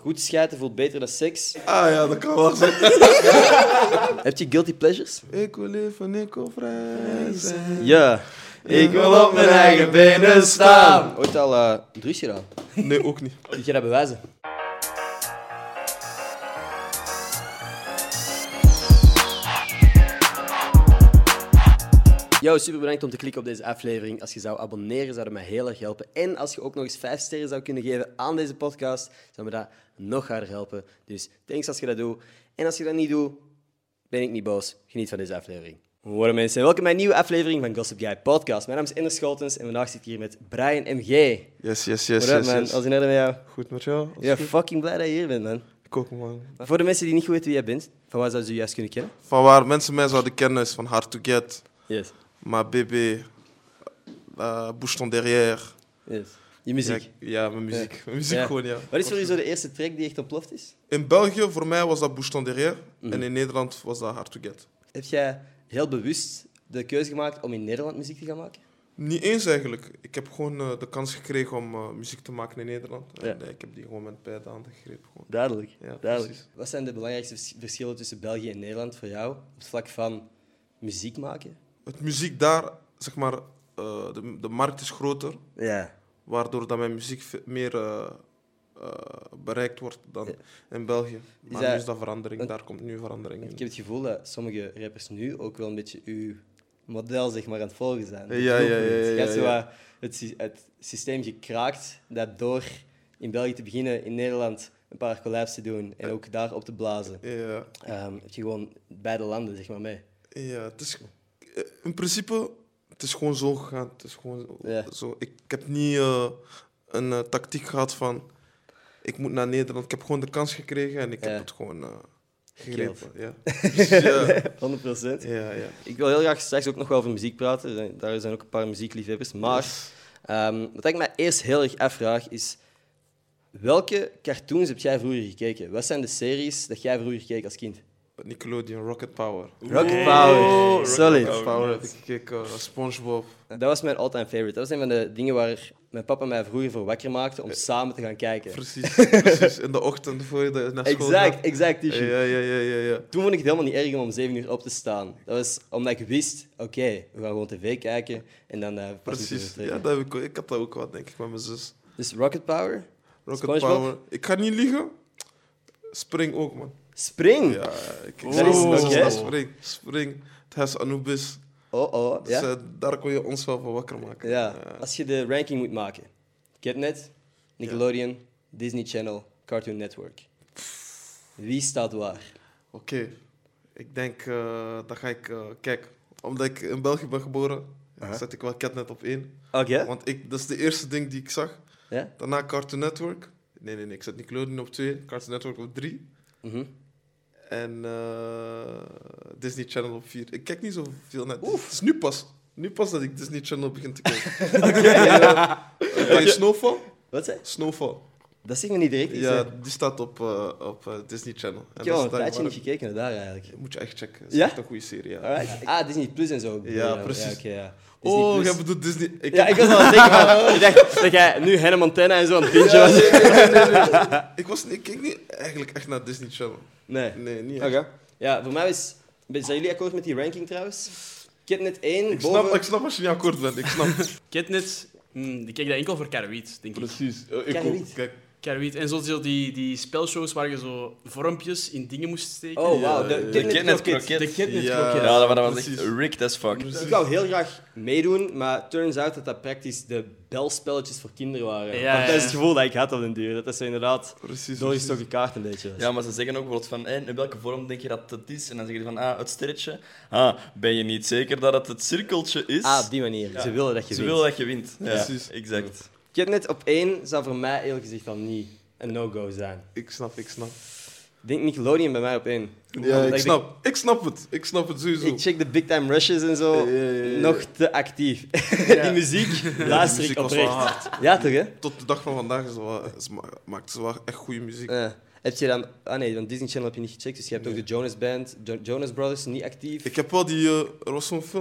Goed schijten voelt beter dan seks. Ah ja, dat kan wel zijn. Heb je guilty pleasures? Ik wil leven, ik wil vrij zijn. Ja. Ik wil op mijn eigen benen staan. Ooit al drugs gedaan? Nee, ook niet. Moet je dat bewijzen? Yo, super bedankt om te klikken op deze aflevering. Als je zou abonneren, zou dat mij heel erg helpen. En als je ook nog eens 5 sterren zou kunnen geven aan deze podcast, zou me dat nog harder helpen. Dus thanks als je dat doet. En als je dat niet doet, ben ik niet boos. Geniet van deze aflevering. Hoi mensen, welkom bij een nieuwe aflevering van Gossip Guy Podcast. Mijn naam is Ender Scholtens en vandaag zit ik hier met Brian MG. Yes. What up, man? Als in orde met jou? Goed met jou? Ja, fucking blij dat je hier bent, man. Ik ook, man. Maar voor de mensen die niet goed weten wie jij bent, van waar zouden ze je juist kunnen kennen? Van waar mensen mij zouden kennen is van Hard to Get, Yes. Ma Bébé, Bouche ton derrière. Yes. Je muziek. Ja, mijn muziek. Ja. Mijn muziek Ja. gewoon, ja. Wat is voor je zo de eerste track die echt ontploft is? In België, voor mij, was dat Bouche ton derrière. En in Nederland was dat Hard to Get. Heb jij heel bewust de keuze gemaakt om in Nederland muziek te gaan maken? Niet eens eigenlijk. Ik heb gewoon de kans gekregen om muziek te maken in Nederland. Ja. En ik heb die gewoon met beide handen gegrepen. Gewoon. Duidelijk. Ja, Duidelijk. precies. Wat zijn de belangrijkste verschillen tussen België en Nederland voor jou op het vlak van muziek maken? Het muziek daar, zeg maar, de markt is groter. Ja. Waardoor dat mijn muziek meer bereikt wordt dan in België. Maar dat- nu is dat verandering, want- daar komt nu verandering in. Ik heb het gevoel dat sommige rappers nu ook wel een beetje uw model zeg maar, aan het volgen zijn. Ja. Je hebt zo ja. wat het systeem gekraakt dat door in België te beginnen, in Nederland een paar collabs te doen en ook daar op te blazen, Ja, heb je gewoon beide landen zeg maar, mee. ja, het is in principe, het is gewoon zo gegaan. Het is gewoon Ja. zo. Ik heb niet een tactiek gehad van, ik moet naar Nederland. Ik heb gewoon de kans gekregen en ik heb het gewoon gegrepen. Ja. Dus, ja. 100%. Ja. Ik wil heel graag straks ook nog wel over muziek praten. Daar zijn ook een paar muziekliefhebbers. Maar wat ik mij eerst heel erg afvraag is... Welke cartoons heb jij vroeger gekeken? Wat zijn de series dat jij vroeger keek als kind? Nickelodeon, Rocket Power. Rocket Power. Solid. Rocket Power heb ik gekeken, SpongeBob. Dat was mijn all-time favorite. Dat was een van de dingen waar mijn papa mij vroeger voor wakker maakte om samen te gaan kijken. Precies. In de ochtend voor je naar school gaat. Exact die shit. Ja. Toen vond ik het helemaal niet erg om 7 uur op te staan. Dat was omdat ik wist, oké, we gaan gewoon tv kijken en dan pas moeten we Precies. vertrekken. Ja, dat heb ik had dat ook wat, denk ik, met mijn zus. Dus Rocket Power, Rocket SpongeBob? Power. Ik ga niet liegen. Spring ook, man. Spring. Ja, Dat is oké. Spring. Het huis Anubis. Oh, Dus ja? daar kon je ons wel van wakker maken. Ja. Als je de ranking moet maken. Kidnet, Nickelodeon, Disney Channel, Cartoon Network. Wie staat waar? Oké. Ik denk, dat ga ik... kijk, omdat ik in België ben geboren, zet ik wel Catnet op 1. Oké. Want dat is de eerste ding die ik zag. Ja? Daarna Cartoon Network. Nee. Ik zet Nickelodeon op 2. Cartoon Network op 3. Mhm. En Disney Channel op 4. Ik kijk niet zoveel naar Disney. Het is nu pas dat ik Disney Channel begin te kijken. Ken je Snowfall? Wat zei? Snowfall. Dat zeg me niet direct. Ja, die staat op Disney Channel. En Ik heb al een dat is tijdje daar niet gekeken naar daar eigenlijk. moet je echt checken. Het is Ja? echt een goede serie. Ja. Alright. Disney Plus en zo. Ja, precies. Ja, oké, ja. Disney Oh, Plus. jij bedoelt Disney... Ja, ik was al aan het denken van... Ik dacht dat jij nu Hannah Montana en zo aan het bingen was. Nee. Ik keek niet eigenlijk echt naar Disney Channel. Nee. Nee, niet Oké. echt. Ja, voor mij is... Zijn jullie akkoord met die ranking trouwens? Kidnet 1, Ik boven... snap als je niet akkoord bent. Ik snap. Kidnet, die keek dat enkel voor Karawiet, denk ik. Precies. Ik Karawiet. ook. Kijk, Karawiet. En zo die spelshows waar je zo vormpjes in dingen moest steken. Oh, wauw. Ja, De de Kidnet Croquette. De Kidnet Ja. Croquette. Ja, dat was precies. echt rigged as fuck. Ik wou heel graag meedoen, maar turns out dat praktisch de belspelletjes voor kinderen waren. Ja, Want dat is ja. het gevoel dat ik had op den duur. Dat is zo inderdaad precies. doorgestoken kaart een beetje was. Ja, maar ze zeggen ook bijvoorbeeld van, in welke vorm denk je dat het is? En dan zeggen ze van, het sterretje. Ben je niet zeker dat het cirkeltje is? Op die manier. Ze willen dat je Ze wint. willen dat je wint. Ja, Precies. exact. Kidnet op 1 zou voor mij eerlijk gezegd al niet een no-go zijn. Ik snap. Ik denk Nickelodeon bij mij op 1. Ja, ik snap het. Ik snap het sowieso. Ik check de Big Time Rushes en zo. Ja. Nog te actief. Die muziek luister muziek ik was wel oprecht. hard. Ja, toch, hè? Tot de dag van vandaag maakt ze wel echt goede muziek. Heb je dan... Ah nee, van Disney Channel heb je niet gecheckt. Dus je hebt ook de Jonas Band, Jonas Brothers, niet actief. Ik heb wel die... er was zo'n film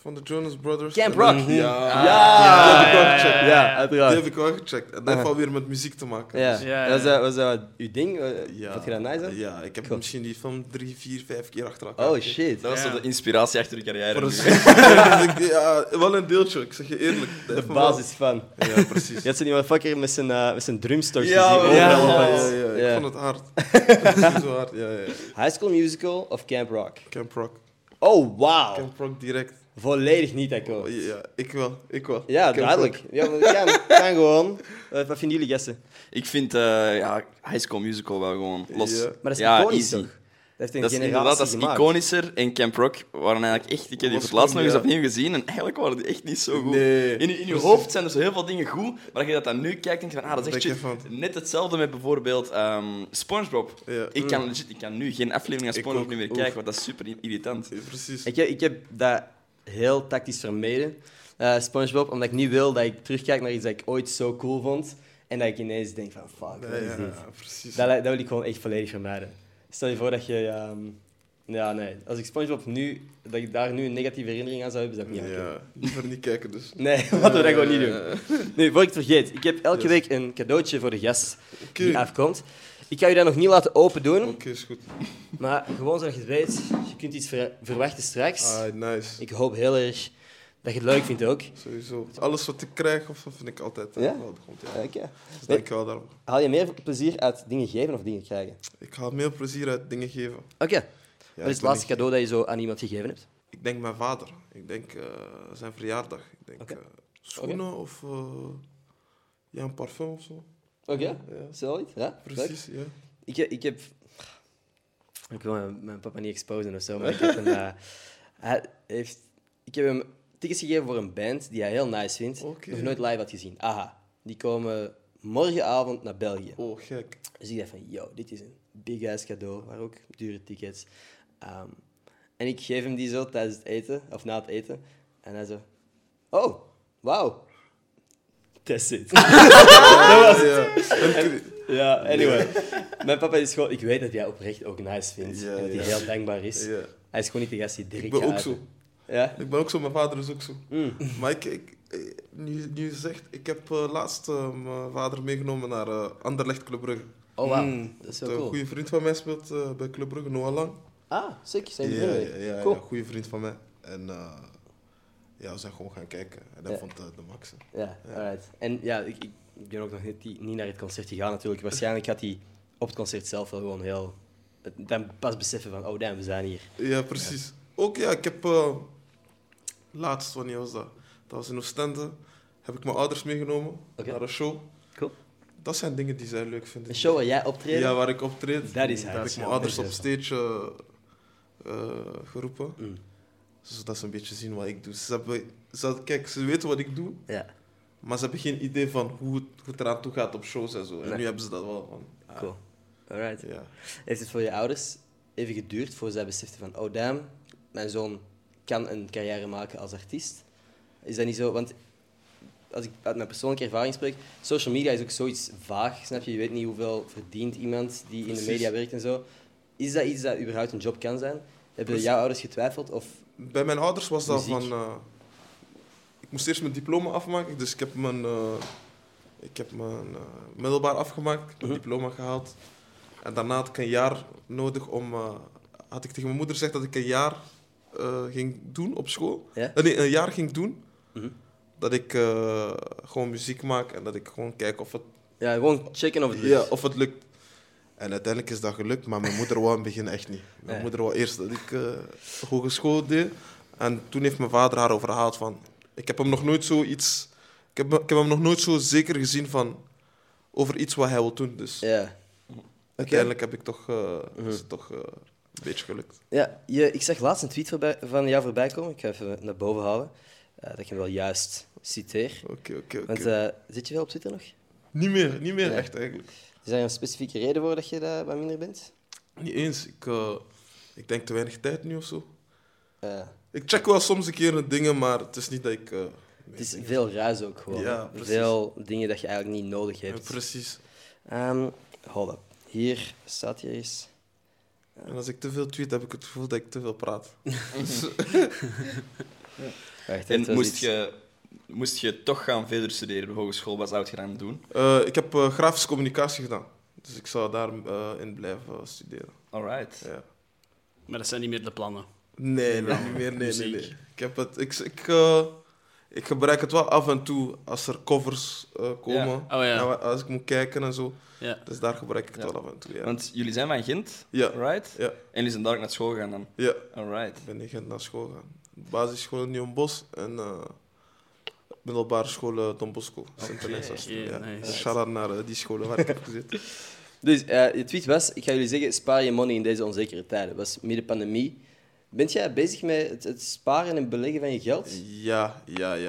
van de Jonas Brothers. Camp En dan- Rock. Ja. Ja. Die heb ik wel gecheckt. Ja, uiteraard. Die heb ik wel gecheckt. En dat heeft alweer met muziek te maken. Ja. Dus- Was dat uw ding? Vond je dat nice? Dan? Ja, ik heb Cool. misschien die film 3, 4, 5 keer achter elkaar Oh gekeken. shit. Dat was Ja. zo de inspiratie achter je carrière. Precies. Ja, wel een deeltje, ik zeg je eerlijk. Dat De heeft me wel- basis van. Ja, precies. Je had zo'n motherfucker met zijn drumstocks Ja, gezien. ja, overal Ja, op ja, het- ja, Ja. ik vond het hard. Precies zo hard, ja, ja. High School Musical of Camp Rock? Camp Rock. Oh, wow. Camp Rock direct. Volledig niet akkoord. Ja, ik wel. Ja, Camp duidelijk. Rock. Ja, maar kan gewoon. Wat vinden jullie gasten? Ik vind High School Musical wel gewoon los. Ja. Maar dat is Ja, iconisch easy. toch? Dat heeft een Dat is generatie inderdaad, dat is gemaakt. iconischer. En Camp Rock waren eigenlijk echt... Ik heb die Was voor het laatst nog goed, eens ja. opnieuw gezien en eigenlijk waren die echt niet zo goed. Nee. In je hoofd zijn er zo heel veel dingen goed, maar als je dat dan nu kijkt, denk je van, dat is echt Denk je shit. van- Net hetzelfde met bijvoorbeeld SpongeBob. Ja. Ik kan nu geen aflevering van Ik SpongeBob ook. niet meer Oef. kijken, want dat is super irritant. Ja, precies. Ik heb dat heel tactisch vermeden, SpongeBob, omdat ik niet wil dat ik terugkijk naar iets dat ik ooit zo cool vond en dat ik ineens denk van, fuck, wat is Ja, dit? precies. Dat wil ik gewoon echt volledig vermijden. Stel je voor dat je... ja, nee. Als ik SpongeBob nu... Dat ik daar nu een negatieve herinnering aan zou hebben, zou ik niet aan kijken. Ja, liever niet kijken dus. Nee, laten we dat gewoon niet doen. Nee, voor ik het vergeet. Ik heb elke Yes. week een cadeautje voor de gast Oké. die afkomt. Ik ga je dat nog niet laten open doen, Oké, is goed. maar gewoon zodat je het weet, je kunt iets verwachten straks. Ah, nice. Ik hoop heel erg dat je het leuk vindt ook. Sowieso. Alles wat ik krijg, of vind ik altijd Ja? wel goed. Ja. Oké. Dus dank je wel daarom. Haal je meer plezier uit dingen geven of dingen krijgen? Ik haal meer plezier uit dingen geven. Oké. Ja, Wat is ik het ben laatste cadeau dat je zo aan iemand gegeven hebt? Ik denk mijn vader. Ik denk zijn verjaardag. Ik denk Oké. schoenen of ja, een parfum of zo. Oké. Ja, Zoiets? Ja? Leuk. precies. Ja. Ik heb... Ik wil mijn papa niet exposen of zo, maar ik heb ik heb hem tickets gegeven voor een band die hij heel nice vindt. Oké. Nog nooit live had gezien. Aha. Die komen morgenavond naar België. Oh, gek. Dus ik dacht van, yo, dit is een big-ass cadeau, maar ook dure tickets. En ik geef hem die zo tijdens het eten, of na het eten. En hij zo, oh, wauw. That's it. Ja, anyway. Mijn papa is gewoon... Ik weet dat hij oprecht ook nice vindt. Ja, en dat hij ja. heel dankbaar is. Ja. Hij is gewoon niet de gast die direct Ik ben gaat ook zo. uiten. Ja? Ik ben ook zo, mijn vader is ook zo. Mm. Maar nu je zegt, ik heb laatst mijn vader meegenomen naar Anderlecht Club Brugge. Oh, wauw. Dat is zo Een cool. goede vriend van mij speelt bij Club Brugge, Noah Lang. Ah, sick. Zijn Ja, vrienden. ja, Cool. ja, goede vriend van mij. En ja, we zijn gewoon gaan kijken. En hij Ja. vond de max. Ja, alright. En ja, ik ben ook nog niet naar het concert gegaan natuurlijk. Waarschijnlijk had hij op het concert zelf wel gewoon heel... Dan pas beseffen van, oh damn, we zijn hier. Ja, precies. Ook ja, ik heb laatst, wanneer was dat? Dat was in Oostende. Heb ik mijn ouders meegenomen Oké. naar een show. Cool. Dat zijn dingen die zij leuk vinden. Een show waar jij optreedt? Ja, waar ik optreed. Dat is Daar hard. heb ik mijn Ja, ouders dat op is stage geroepen. Mm. Zodat ze een beetje zien wat ik doe. Kijk, ze weten wat ik doe, Ja, maar ze hebben geen idee van hoe het eraan toe gaat op shows en zo. En Nee. nu hebben ze dat wel van. ah, cool. Alright. Ja. Heeft het voor je ouders even geduurd voor zij beseften van, oh damn, mijn zoon kan een carrière maken als artiest? Is dat niet zo? Want als ik uit mijn persoonlijke ervaring spreek, social media is ook zoiets vaag, snap je? Je weet niet hoeveel verdient iemand die in de Precies. media werkt en zo. Is dat iets dat überhaupt een job kan zijn? Hebben Precies. jouw ouders getwijfeld? Of... Bij mijn ouders was dat Muziek. van... ik moest eerst mijn diploma afmaken, dus ik heb mijn middelbaar afgemaakt, ik heb mijn Mhm. diploma gehaald. En daarna had ik een jaar nodig om... had ik tegen mijn moeder gezegd dat ik een jaar ging doen op school. Ja? Nee, een jaar ging doen. Mhm. Dat ik gewoon muziek maak en dat ik gewoon kijk of het, Ja, gewoon checken of het lukt. ja, of het lukt. En uiteindelijk is dat gelukt, maar mijn moeder wou in het begin echt niet. Mijn Nee. moeder wou eerst dat ik hogeschool deed. En toen heeft mijn vader haar overhaald van... Ik heb hem nog nooit zoiets... Ik heb hem nog nooit zo zeker gezien van... Over iets wat hij wil doen. Dus Ja. uiteindelijk heb ik toch... Mhm. is het toch een beetje gelukt. Ja, ik zag laatst een tweet van jou voorbij komen. Ik ga even naar boven halen. Dat ik hem wel juist citeer. Oké. Want zit je wel op Twitter nog? Niet meer Ja. echt eigenlijk. Is daar een specifieke reden voor dat je daar wat minder bent? Niet eens. Ik denk te weinig tijd nu of zo. Ja. Ik check wel soms een keer de dingen, maar het is niet dat ik... Het is veel ruis ook gewoon. Ja, precies. Veel dingen dat je eigenlijk niet nodig ja, hebt. precies. Hold up. Hier staat hier eens. En als ik te veel tweet, heb ik het gevoel dat ik te veel praat. Wacht, En dat was iets. moest je toch gaan verder studeren op de hogeschool, wat zou je dan doen? Ik heb grafische communicatie gedaan. Dus ik zou daar in blijven studeren. Alright. Ja. Maar dat zijn niet meer de plannen. Nee, niet meer. Nee. Muziek. Ik heb het... Ik gebruik het wel af en toe als er covers komen. Ja. Oh ja. En als ik moet kijken en zo. Ja. Dus daar gebruik ik het Ja. wel af en toe, ja. Want jullie zijn van Gent, Ja. right? Ja. En jullie zijn daar naar school gegaan dan? Ja, Alright. ik ben in Gent naar school gegaan. Basisschool in Nieuwenbos en middelbare school Don Bosco. Sint-Terlijns. oké, nice. Shout-out naar die scholen waar ik heb gezeten. Dus je tweet was, ik ga jullie zeggen, spaar je money in deze onzekere tijden. Dat was midden pandemie. Bent jij bezig met het sparen en beleggen van je geld? Ja.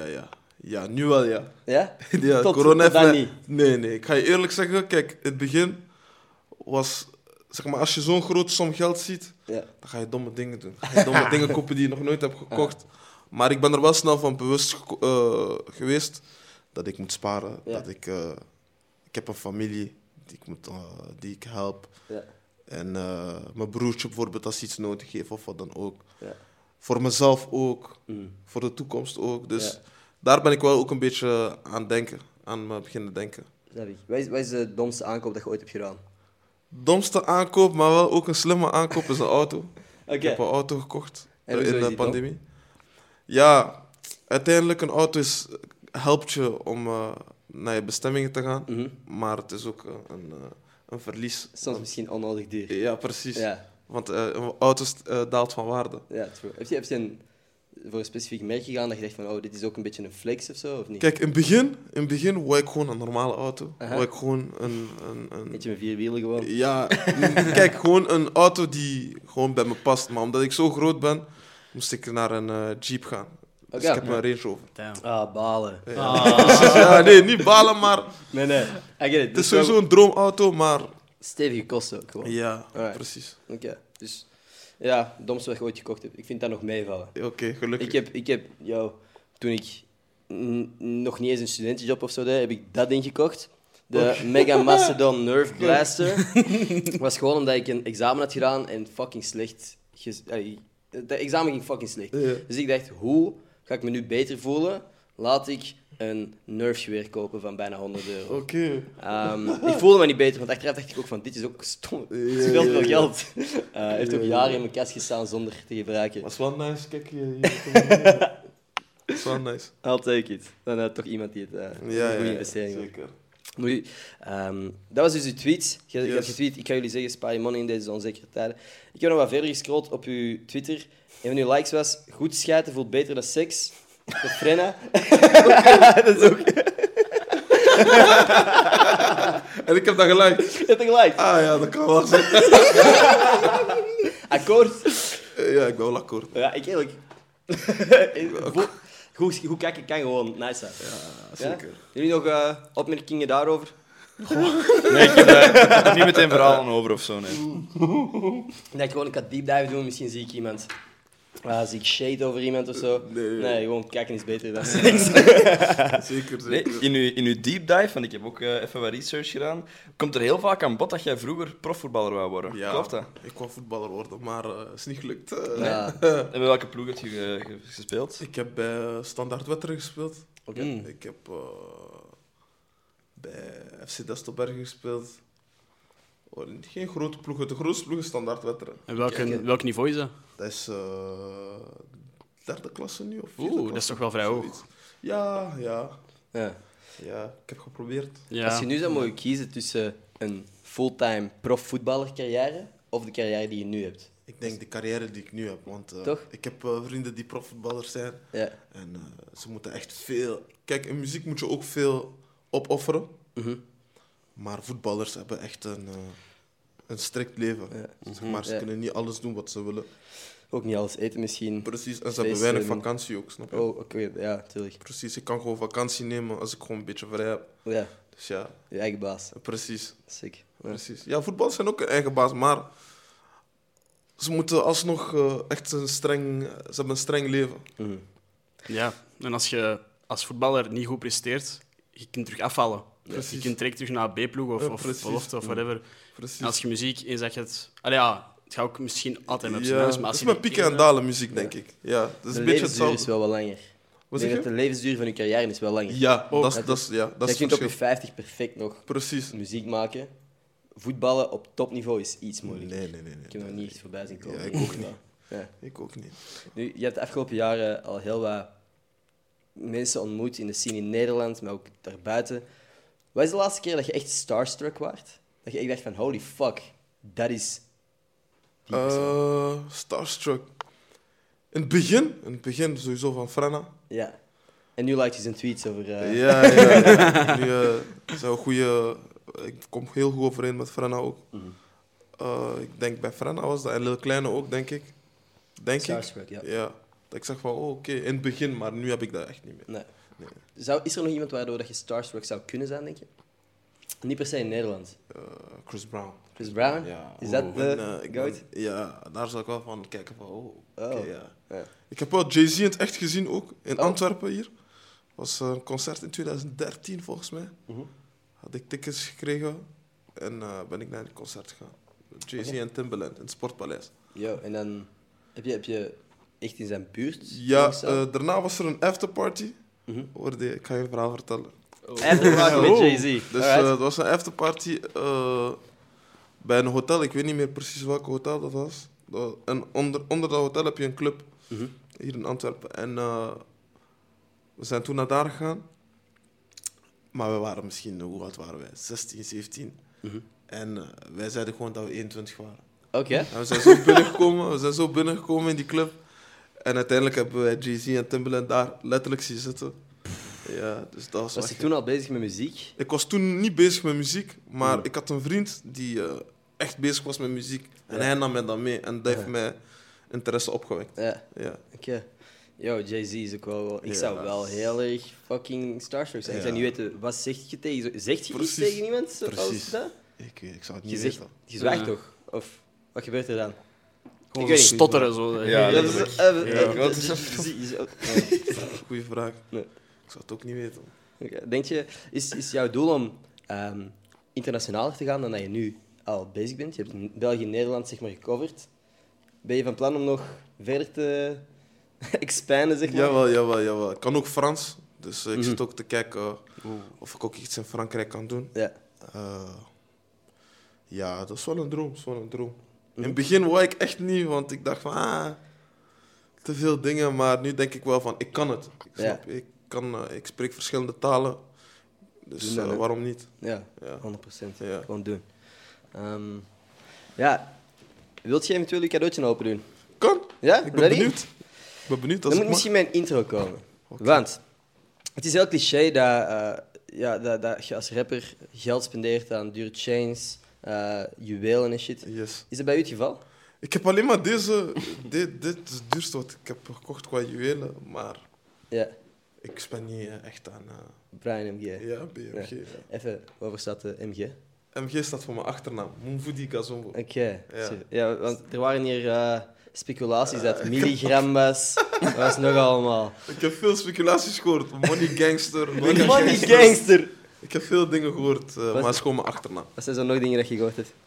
Ja, nu wel, ja. Ja? Ja, Tot corona heeft dan mij- niet. Nee. Ik ga je eerlijk zeggen, kijk, in het begin was... Zeg maar, als je zo'n grote som geld ziet, Ja. dan ga je domme dingen doen. Dan ga je domme dingen kopen die je nog nooit hebt gekocht. Maar ik ben er wel snel van bewust geweest dat ik moet sparen. Ja. Dat ik heb een familie die ik help. Ja. En mijn broertje bijvoorbeeld, als hij iets nodig heeft of wat dan ook. Ja. Voor mezelf ook. Mm. Voor de toekomst ook. Dus Ja. daar ben ik wel ook een beetje aan denken. Aan me beginnen denken. Snap ik. Wat is de domste aankoop dat je ooit hebt gedaan? Domste aankoop, maar wel ook een slimme aankoop, is een auto. Oké. Ik heb een auto gekocht En hoezo is in de die dom? pandemie. Ja, uiteindelijk een auto helpt je om naar je bestemmingen te gaan. Mhm. Maar het is ook een verlies. Soms misschien onnodig duur. Ja, precies. Ja, Want een auto daalt van waarde. ja, true. Heb je voor een specifiek merk gegaan dat je dacht van, oh, dit is ook een beetje een flex of zo, of niet? Kijk, in het begin wou ik gewoon een normale auto. Aha. Wou ik gewoon een Eentje met 4 wielen gewoon. ja, kijk, gewoon een auto die gewoon bij me past. Maar omdat ik zo groot ben, moest ik naar een Jeep gaan. Dus Oké. ik heb een Range Rover. Damn. Ah, balen. Ja, nee, niet balen, maar Nee. I get it. het is sowieso een droomauto, maar Stevige kosten ook gewoon. ja, Alright. precies. Oké. Dus ja, het domste wat je ooit gekocht hebt. Ik vind dat nog meevallen. Oké, gelukkig. Ik heb toen ik nog niet eens een studentenjob of zo deed, heb ik dat ding gekocht. De Mega Mastodon Nerve Blaster. Was gewoon omdat ik een examen had gedaan en fucking slecht... Het examen ging fucking slecht. Ja. Dus ik dacht, hoe ga ik me nu beter voelen? Laat ik een Nerf-geweer kopen van bijna €100. Oké. Ik voelde me niet beter, want achteraf dacht ik ook van, dit is ook stom. Het is veel te veel ja. geld. Heeft ook jaren in mijn kast gestaan zonder te gebruiken. Was wel nice, kijk hier. Was wel nice. I'll take it. Dan toch iemand die het een goede investering vindt. zeker. Nu, dat was dus uw tweet. Je had Yes. getweet, ik ga jullie zeggen, spaar je money in deze onzekere tijden. Ik heb nog wat verder gescrolld op uw Twitter. Een van uw likes was, goed schijten voelt beter dan seks. De Frenna. Dat is ook... En ik heb dat gelijk. Je hebt het gelijk. Ah ja, dat kan wel zijn. Akkoord. Ja, ik ben wel akkoord. Ja, ik eerlijk. Goed kijken kan gewoon. Nice. Hè? Zeker. Jullie nog opmerkingen daarover? Nee, ik heb daar niet meteen verhalen over of zo, nee. Ik dacht gewoon, ik ga deep dive doen. Misschien zie ik iemand. Zie ik shade over iemand of zo. Nee. Gewoon kijken is beter dan seks. Zeker, Nee, zeker. in uw deep dive, want ik heb ook even wat research gedaan, komt er heel vaak aan bod dat jij vroeger profvoetballer wou worden. Ja, Klopt dat? ik wou voetballer worden, maar het is niet gelukt. Ja. En bij welke ploeg heb je gespeeld? Ik heb bij Standaard Wetteren gespeeld. Oké. Ik heb bij FC Destelbergen gespeeld. Oh, geen grote ploegen. De grootste ploeg is Standaard Wetteren. En welk niveau is dat? Dat is derde klasse nu, of vierde Oeh, dat is klasse, toch wel vrij hoog. zoiets. Ja. Ja. Ik heb geprobeerd. Ja. Als je nu zou mogen kiezen tussen een fulltime profvoetballercarrière of de carrière die je nu hebt. Ik denk de carrière die ik nu heb, want Toch? ik heb vrienden die profvoetballers zijn. Ja. En ze moeten echt veel... Kijk, in muziek moet je ook veel opofferen. Mhm. Maar voetballers hebben echt een strikt leven. Ja. Zeg maar, ze Ja. kunnen niet alles doen wat ze willen. Ook niet alles eten misschien. Precies, en ze Feesten hebben weinig doen. vakantie ook, snap je? Oh, oké. Ja, tuurlijk. Precies, ik kan gewoon vakantie nemen als ik gewoon een beetje vrij heb. Ja, Dus ja, je eigen baas. precies. Sick. Ja. Precies. Ja, voetballers zijn ook een eigen baas, maar ze moeten alsnog echt ze hebben een streng leven. Mhm. Ja, en als je als voetballer niet goed presteert, je kunt terug afvallen. Precies. Je kunt direct terug naar B-ploeg of Precies. belofte of whatever. Precies. En als je muziek eens dat je het... Allee, ja, Het gaat ook misschien altijd met ups en Ja, downs, het maar als is je met die pieken en dalen muziek, denk ik. Ja, dat is De een beetje levensduur is hetzelfde. wel wat langer. Wat Ik zeg denk dat je? de levensduur van je carrière is wel langer. Ja, Ook. dat is Jij het kunt op je verschil. 50 perfect nog Precies. muziek maken. Voetballen op topniveau is iets moeilijker. Nee. Ik heb er niet echt voorbij zien komen. Ja, ik ook niet. Ja. Ik ook niet. Nu, je hebt de afgelopen jaren al heel wat mensen ontmoet in de scene in Nederland, maar ook daarbuiten. Wat is de laatste keer dat je echt starstruck waart? Dat je echt dacht van, holy fuck, dat is die persoon. Starstruck. In het begin sowieso van Frenna. Ja. En nu lijkt je zijn tweets over... Ja. Nu zijn we goede. Ik kom heel goed overeen met Frenna ook. Ik denk bij Frenna was dat en Lil Kleine ook, denk ik. Starstruck, ja. Ja. Dat ik zeg van, oké, in het begin, maar nu heb ik dat echt niet meer. Nee. Nee. Is er nog iemand waardoor dat je starstruck zou kunnen zijn, denk je? Niet per se in Nederland. Chris Brown. Chris Brown? Ja. Is dat de ik goat? ja, daar zou ik wel van kijken van, oké, ja. Ja. Ik heb wel Jay-Z in het echt gezien ook, in Oh. Antwerpen hier. Was een concert in 2013 volgens mij. Had ik tickets gekregen en ben ik naar het concert gegaan. Jay-Z en Timbaland in het Sportpaleis. Yo, en dan heb je echt in zijn buurt Ja, gestaan? daarna was er een afterparty. Mhm. Ik ga je een verhaal vertellen. Afterparty met Jay-Z. Dus Alright. het was een afterparty bij een hotel. Ik weet niet meer precies welk hotel dat was. En onder dat hotel heb je een club hier in Antwerpen. En we zijn toen naar daar gegaan. Maar we waren misschien, hoe oud waren wij? 16, 17. En wij zeiden gewoon dat we 21 waren. Oké. En we zijn zo binnengekomen in die club. En uiteindelijk hebben wij Jay-Z en Timbaland daar letterlijk zien zitten. Ja, dus dat was Was echt- je toen al bezig met muziek? Ik was toen niet bezig met muziek, maar ik had een vriend die echt bezig was met muziek. En Ja. hij nam mij dan mee en dat heeft mij interesse opgewekt. Ja. Ja. Oké. Yo, Jay-Z is ook wel... Ik Ja. zou wel heel erg fucking starstruck zijn. Ik zou Ja. niet weten, wat zeg je tegen... Zegt je iets Precies. tegen iemand? Zoals Precies. dat? Ik zou het Je, niet zegt, weten. je zwijgt Ja. toch? Of wat gebeurt er dan? Gewoon Ik weet zo niet. stotteren. Zo. Ja, Dat dat is... is- Goeie vraag. Nee. Ik zou het ook niet weten. Oké. Denk je, is jouw doel om internationaler te gaan dan dat je nu al bezig bent? Je hebt in België en Nederland zeg maar gecoverd. Ben je van plan om nog verder te expanden, zeg maar? Jawel. Ik kan ook Frans, dus ik zit ook te kijken of ik ook iets in Frankrijk kan doen. Ja. Ja, dat is wel een droom. In het begin wou ik echt niet, want ik dacht van, te veel dingen. Maar nu denk ik wel van, ik kan het. Ik spreek verschillende talen. Dus Doe dat, hè. waarom niet? Ja, Ja. 100%. Ja. Gewoon doen. Wilt je eventueel je cadeautje open doen? Kan. Ja? Ik ben Ready? benieuwd. Ik ben benieuwd Dan als moet ik mag. misschien mijn intro komen. Want het is heel cliché dat je als rapper geld spendeert aan dure chains, juwelen en shit. Yes. Is dat bij u het geval? Ik heb alleen maar deze... dit is het duurste wat ik heb gekocht qua juwelen. Maar Ja, ik spend niet echt aan... Brian MG. ja, BMG. Ja. Even, waar staat de MG? MG staat voor mijn achternaam. Mumfudi Kazombo. Oké. Ja. Ja, want er waren hier speculaties dat het milligram was. Dat was nog allemaal. Ik heb veel speculaties gehoord. Money gangster. Money gangster! Ik heb veel dingen gehoord, maar het is gewoon mijn achternaam. Wat zijn zo nog dingen dat je gehoord hebt?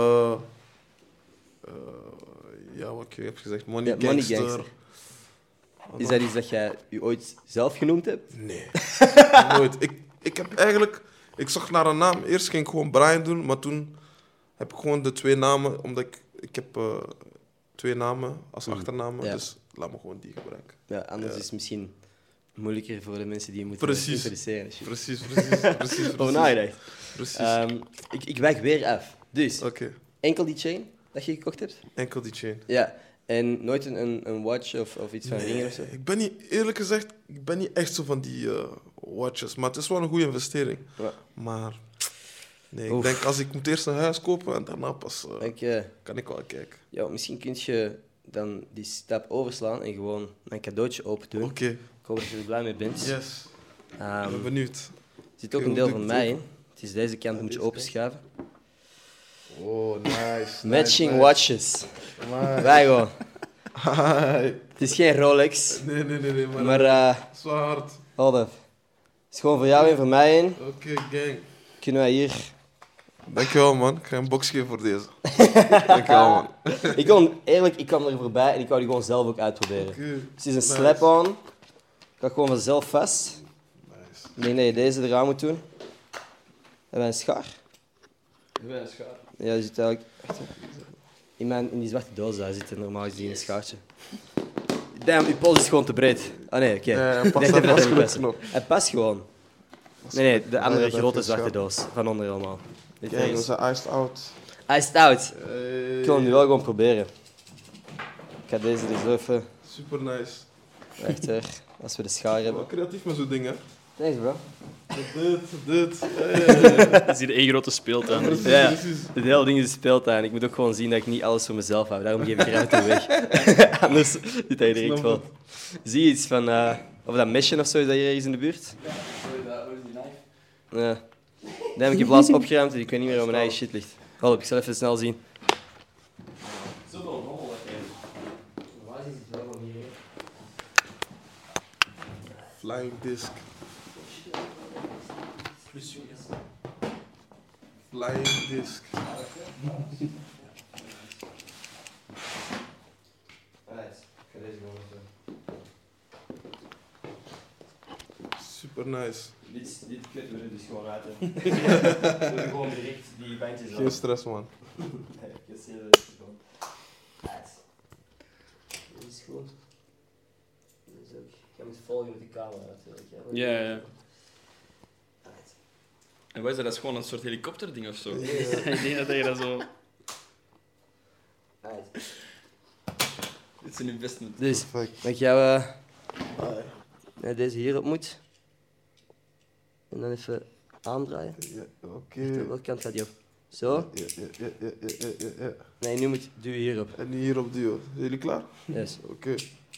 Ja, wat ik heb gezegd. Money Ja, money gangster. gangster. Is dat iets dat jij u ooit zelf genoemd hebt? Nee. Nooit. Ik heb eigenlijk... Ik zag naar een naam. Eerst ging ik gewoon Brian doen, maar toen heb ik gewoon de twee namen, omdat ik heb 2 namen als achternamen, Ja. dus laat me gewoon die gebruiken. Ja, anders Ja. is het misschien moeilijker voor de mensen die je moeten Precies. introduceren. en shit. Precies. Over nagedacht. Precies. Ik wijk weer af. Dus, Oké, enkel die chain dat je gekocht hebt? enkel die chain. Ja. En nooit een watch of iets van ringen of zo? Ik ben niet, eerlijk gezegd, ik ben niet echt zo van die watches, maar het is wel een goede investering. Ja. Maar nee, Oef. ik denk als ik moet eerst een huis kopen en daarna pas Oké. kan ik wel kijken. Ja, misschien kun je dan die stap overslaan en gewoon een cadeautje open doen. Oké, Ik hoop dat je er blij mee bent. yes. Ik Ehm, ben benieuwd. er zit ook Oké, een deel hoe van doe ik mij het in. Het is deze kant, moet je deze openschuiven. Oh, nice. Matching watches. Wij gewoon. Hi. Het is geen Rolex, Nee, maar zwart. hold up. Het is gewoon voor jou en voor mij in. Oké, gang. Kunnen wij hier Dankjewel, man. Ik ga een box geven voor deze. Dankjewel, man. Ik kwam er voorbij en ik wou die gewoon zelf ook uitproberen. Oké. Dus het is een Nice. slap-on. Gaat gewoon vanzelf vast. Nice. Ik denk dat je deze eraan moet doen. Hebben wij een schaar? Ja, die zit eigenlijk... Wacht, in die zwarte doos daar zit er normaal gezien een schaartje. Damn, je pols is gewoon te breed. Ah nee, oké. Hij past Nee, daar pas dat goed is knop. Hij past gewoon. Nee, de andere dat grote is zwarte schaar. doos. Van onder allemaal. Dit Kijk, we is... zijn iced out. Hij is oud. Hey. Ik wil hem nu wel gewoon proberen. Ik ga deze er zo even... Super nice. Achter, als we de schaar hebben. Wel creatief met zo'n ding, hè. Thanks, bro. Dit. Dat is hier één grote speeltuin. Ja, Precies. het hele ding is een speeltuin. Ik moet ook gewoon zien dat ik niet alles voor mezelf hou. Daarom geef ik ruimte weg. Anders zit hij direct Snap vol. Zie je iets van... of dat mesje of zo, is dat hier ergens in de buurt? Ja. Dan heb ik je laatst opgeruimd en ik weet niet meer waar mijn eigen shit ligt. Hold op, ik zal even snel zien. Flying disc. Flying disc. Super nice. Dit kutten we er dus gewoon uit. We doen gewoon direct die bandjes Geen stress, man. Dit is goed. Ik ga me volgen met de camera natuurlijk. Ja. En wat is dat? Dat is gewoon een soort helikopterding of zo. Ik denk dat je dat zo... Dit is een investment. Dus, Perfect. dat jou deze hierop moet. En dan even aandraaien. Ja, oké. Welke kant gaat die op? Zo? Ja. Nee, nu moet je duwen hierop. En hier op duo. Zijn jullie klaar? Yes. Oké.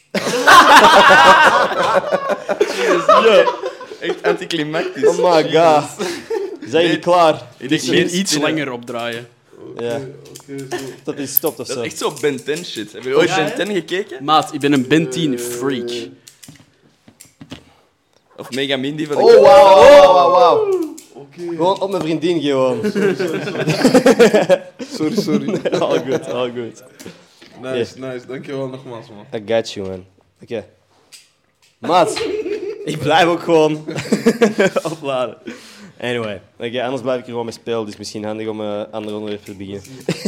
Echt anticlimactisch. Oh my god. Zijn jullie klaar? Ik denk Meer meer iets langer opdraaien. Ja. Oké, zo. Tot hij stopt of Dat zo. is echt zo Ben 10 shit. Heb je ooit Ja, Ben 10 gekeken? Maat, ik ben een Ben 10 freak. Of Mega Mindy van de Oh, wauw. Oké. Gewoon op mijn vriendin gewoon. Sorry. All good. Nice. Dankjewel nogmaals, man. I got you, man. Oké. Maat, ik blijf ook gewoon opladen. Anyway, anders blijf ik er gewoon mee spelen, dus misschien handig om een ander onderwerp te beginnen.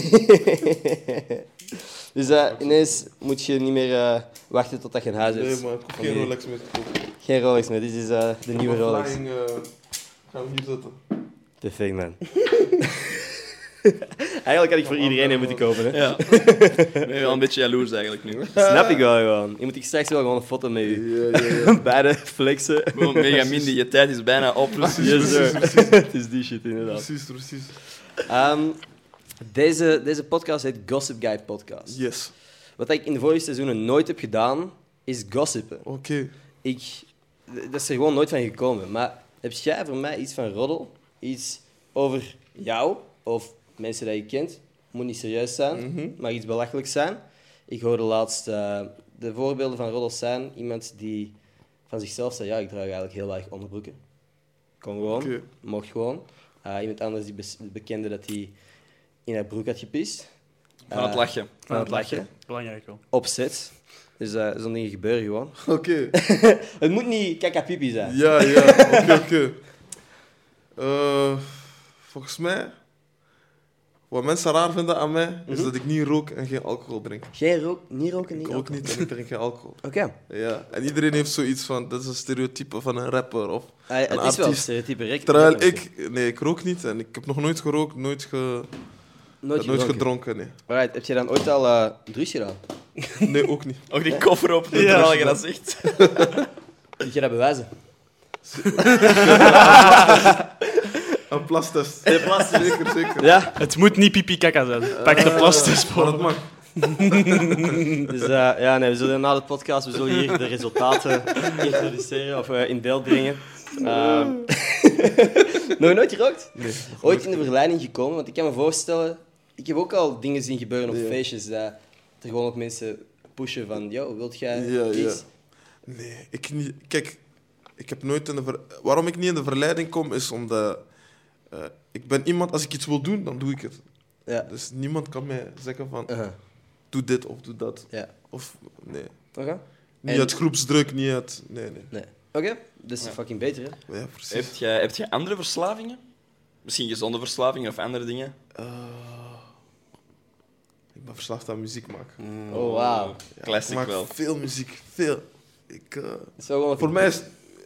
Dus ineens moet je niet meer wachten totdat je een huis hebt. Nee, maar ik hoef geen Rolex meer te kopen. Geen Rolex meer, dit is de nieuwe Rolex. Flying, gaan we hier zetten. Perfect, man. Eigenlijk had ik voor iedereen een moeten kopen, hè. Ja. Ik ben wel een beetje jaloers eigenlijk nu. Snap ik wel gewoon. Je moet ik straks wel gewoon een foto met u. Ja. Beide flexen. Gewoon Mega Mindy, je tijd is bijna op. Yes, sir. Het is die shit, inderdaad. Precies. Deze podcast heet Gossip Guy Podcast. Yes. Wat ik in de vorige seizoenen nooit heb gedaan, is gossipen. Oké. Dat is er gewoon nooit van gekomen. Maar heb jij voor mij iets van roddel? Iets over jou of mensen die je kent? Moet niet serieus zijn, maar iets belachelijks zijn. Ik hoorde laatst de voorbeelden van roddels zijn iemand die van zichzelf zei, ja, ik draag eigenlijk heel erg onderbroeken. Kon gewoon, Oké. mocht gewoon. Iemand anders die bekende dat hij in haar broek had gepist. Van het lachen. Van het lachen. Belangrijk wel. Opzet. Dus zo'n dingen gebeuren gewoon. Oké. Het moet niet kakapipi zijn. Ja. Oké. Volgens mij, wat mensen raar vinden aan mij, is dat ik niet rook en geen alcohol drink. Jij niet roken, niet Ik rook alcohol? niet en ik drink geen alcohol. Oké. Ja, en iedereen heeft zoiets van, dat is een stereotype van een rapper of een Het is wel een artiest. stereotype rek. Terwijl ik rook niet en ik heb nog nooit gerookt, nooit Nooit gedronken, nee. Alright, heb je dan ooit al drugs gedaan? Nee, ook niet. Ook die koffer op, terwijl je dat zegt. Moet je dat bewijzen? Een plastest. Zeker. Ja. Het moet niet pipi kaka zijn. Pak de plastic. Maar dat mag. Dus we zullen na de podcast we zullen hier de resultaten introduceren of in beeld brengen. Nog nooit gerookt? Nee. Ooit in de verleiding gekomen? Want ik kan me voorstellen, ik heb ook al dingen zien gebeuren op Ja. feestjes dat er gewoon ook mensen pushen van, yo, wilt jij Ja. iets? Nee, ik niet. Kijk, ik heb nooit waarom ik niet in de verleiding kom, is omdat Ik ben iemand, als ik iets wil doen, dan doe ik het. Ja. Dus niemand kan mij zeggen van, Uh-huh. doe dit of doe dat. Ja. Of, nee. Oké. Niet En- uit groepsdruk, niet uit... Nee. Nee. Oké, dat is fucking beter, hè? Ja, precies. Heb jij andere verslavingen? Misschien gezonde verslavingen of andere dingen? Ik ben verslaafd aan muziek maken. Oh, wauw. Ja, Classic ik maak wel. veel muziek, veel. Dat is wel gewoon... Voor mij is...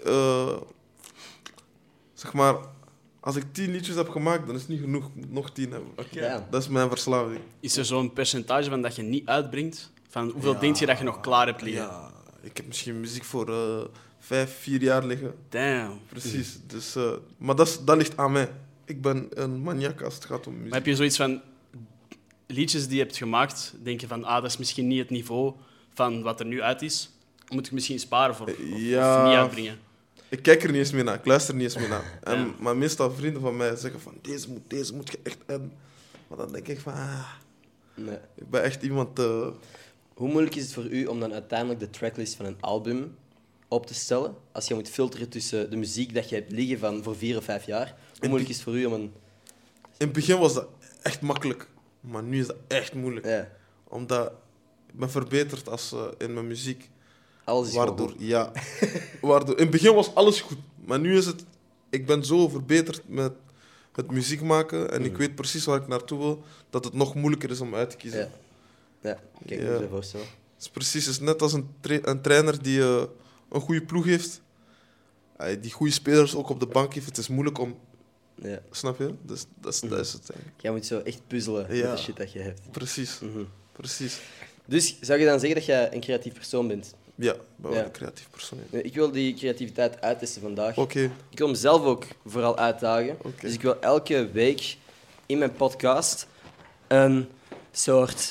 zeg maar, als ik 10 liedjes heb gemaakt, dan is het niet genoeg. Ik moet nog 10 hebben. Ja. Dat is mijn verslaving. Is er zo'n percentage van dat je niet uitbrengt? Van hoeveel denk je dat je nog klaar hebt liggen? Ja, ik heb misschien muziek voor 4 jaar liggen. Damn. Precies. Dus, maar dat ligt aan mij. Ik ben een maniak als het gaat om muziek. Maar heb je zoiets van liedjes die je hebt gemaakt, denk je van, dat is misschien niet het niveau van wat er nu uit is? Moet ik misschien sparen voor of niet uitbrengen? Ik kijk er niet eens meer naar. Ik luister niet eens meer naar. Ja. Maar meestal vrienden van mij zeggen van, deze moet je echt hebben. Maar dan denk ik van, Nee. ik ben echt iemand... Hoe moeilijk is het voor u om dan uiteindelijk de tracklist van een album op te stellen? Als je moet filteren tussen de muziek dat je hebt liggen van voor 4 of 5 jaar. Hoe moeilijk is het voor u om een... In het begin was dat echt makkelijk. Maar nu is dat echt moeilijk. Ja, Omdat ik ben verbeterd in mijn muziek. alles is Waardoor, goed. ja. Waardoor, in het begin was alles goed. Maar nu is het... Ik ben zo verbeterd met het muziek maken. En ik weet precies waar ik naartoe wil. Dat het nog moeilijker is om uit te kiezen. Ja. Ja, kijk, ik Ja. me dat voorstellen. Het is precies het is net als een trainer die een goede ploeg heeft. Die goede spelers ook op de bank heeft. Het is moeilijk om... Ja. Snap je? Dus dat is het eigenlijk. Jij moet zo echt puzzelen met Ja. de shit dat je hebt. Precies. Mhm. Precies. Dus zou je dan zeggen dat jij een creatief persoon bent? Ja, ik ben wel Ja. een creatief persoon. Ja. Nee, ik wil die creativiteit uittesten vandaag. Oké. Ik wil mezelf ook vooral uitdagen. Oké. Dus ik wil elke week in mijn podcast een soort...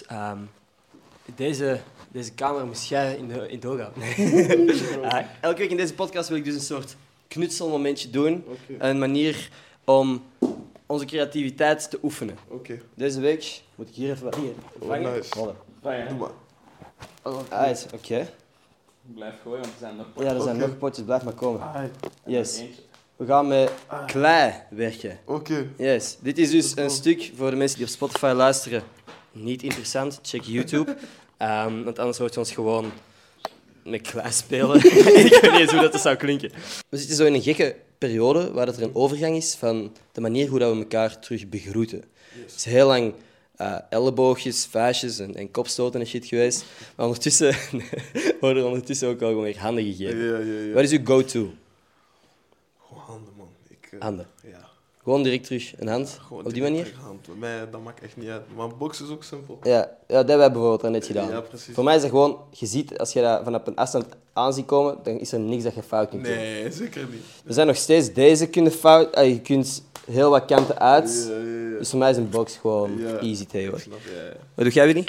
deze camera moest jij in het oog houden. Elke week in deze podcast wil ik dus een soort knutselmomentje doen. Oké. Een manier om onze creativiteit te oefenen. Oké. Deze week moet ik hier even wat vangen. nice. Voilà. Doe maar. Right, oké. Blijf gooien, want er zijn nog Ja, er zijn Oké. nog potjes, blijf maar komen. Ai. Yes. eentje. We gaan met klei werken. Oké. Yes. Dit is dus een stuk voor de mensen die op Spotify luisteren. Niet interessant, check YouTube. Want anders hoort je ons gewoon met klei spelen. Ik weet niet eens hoe dat zou klinken. We zitten zo in een gekke periode waar dat er een overgang is van de manier hoe dat we elkaar terug begroeten. Het is heel lang elleboogjes, vuistjes en kopstoten en shit geweest. Maar ondertussen worden er ondertussen ook al gewoon weer handen gegeven. Ja. Wat is uw go-to? Gewoon handen, man. Handen. Ja. Gewoon direct terug een hand? Gewoon Op die direct manier? tegen hand. Bij mij, dat maakt echt niet uit. Maar boksen is ook simpel. Ja, dat hebben wij bijvoorbeeld al net gedaan. Ja, precies. Voor mij is dat gewoon, je ziet, als je dat van op een afstand aan ziet komen, dan is er niks dat je fout kunt doen. Nee, zeker niet. Er zijn nog steeds deze kunnen fout, je kunt heel wat kanten uit. Ja. Dus voor mij is een box gewoon Ja. easy Ik tegenwoordig. snap, ja. Wat doe jij, Willy?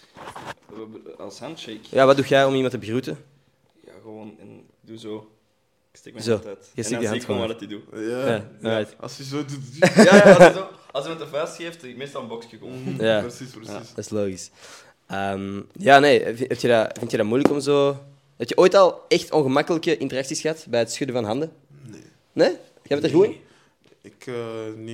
Als handshake. Ja, wat doe jij om iemand te begroeten? Ja, gewoon. En ik doe zo. Ik steek mijn Zo. hand uit. Je En steekt dan je zie hand ik gewoon gewoon wat hij doet. Ja. Ja, right. Als je zo doet... Als iemand een vuist geeft, ik meestal een boxje gewoon. Ja. Precies. Dat is logisch. Ja, nee, vind je dat moeilijk om zo... Heb je ooit al echt ongemakkelijke interacties gehad bij het schudden van handen? Nee. Nee? Jij bent er goed in? Ik niet.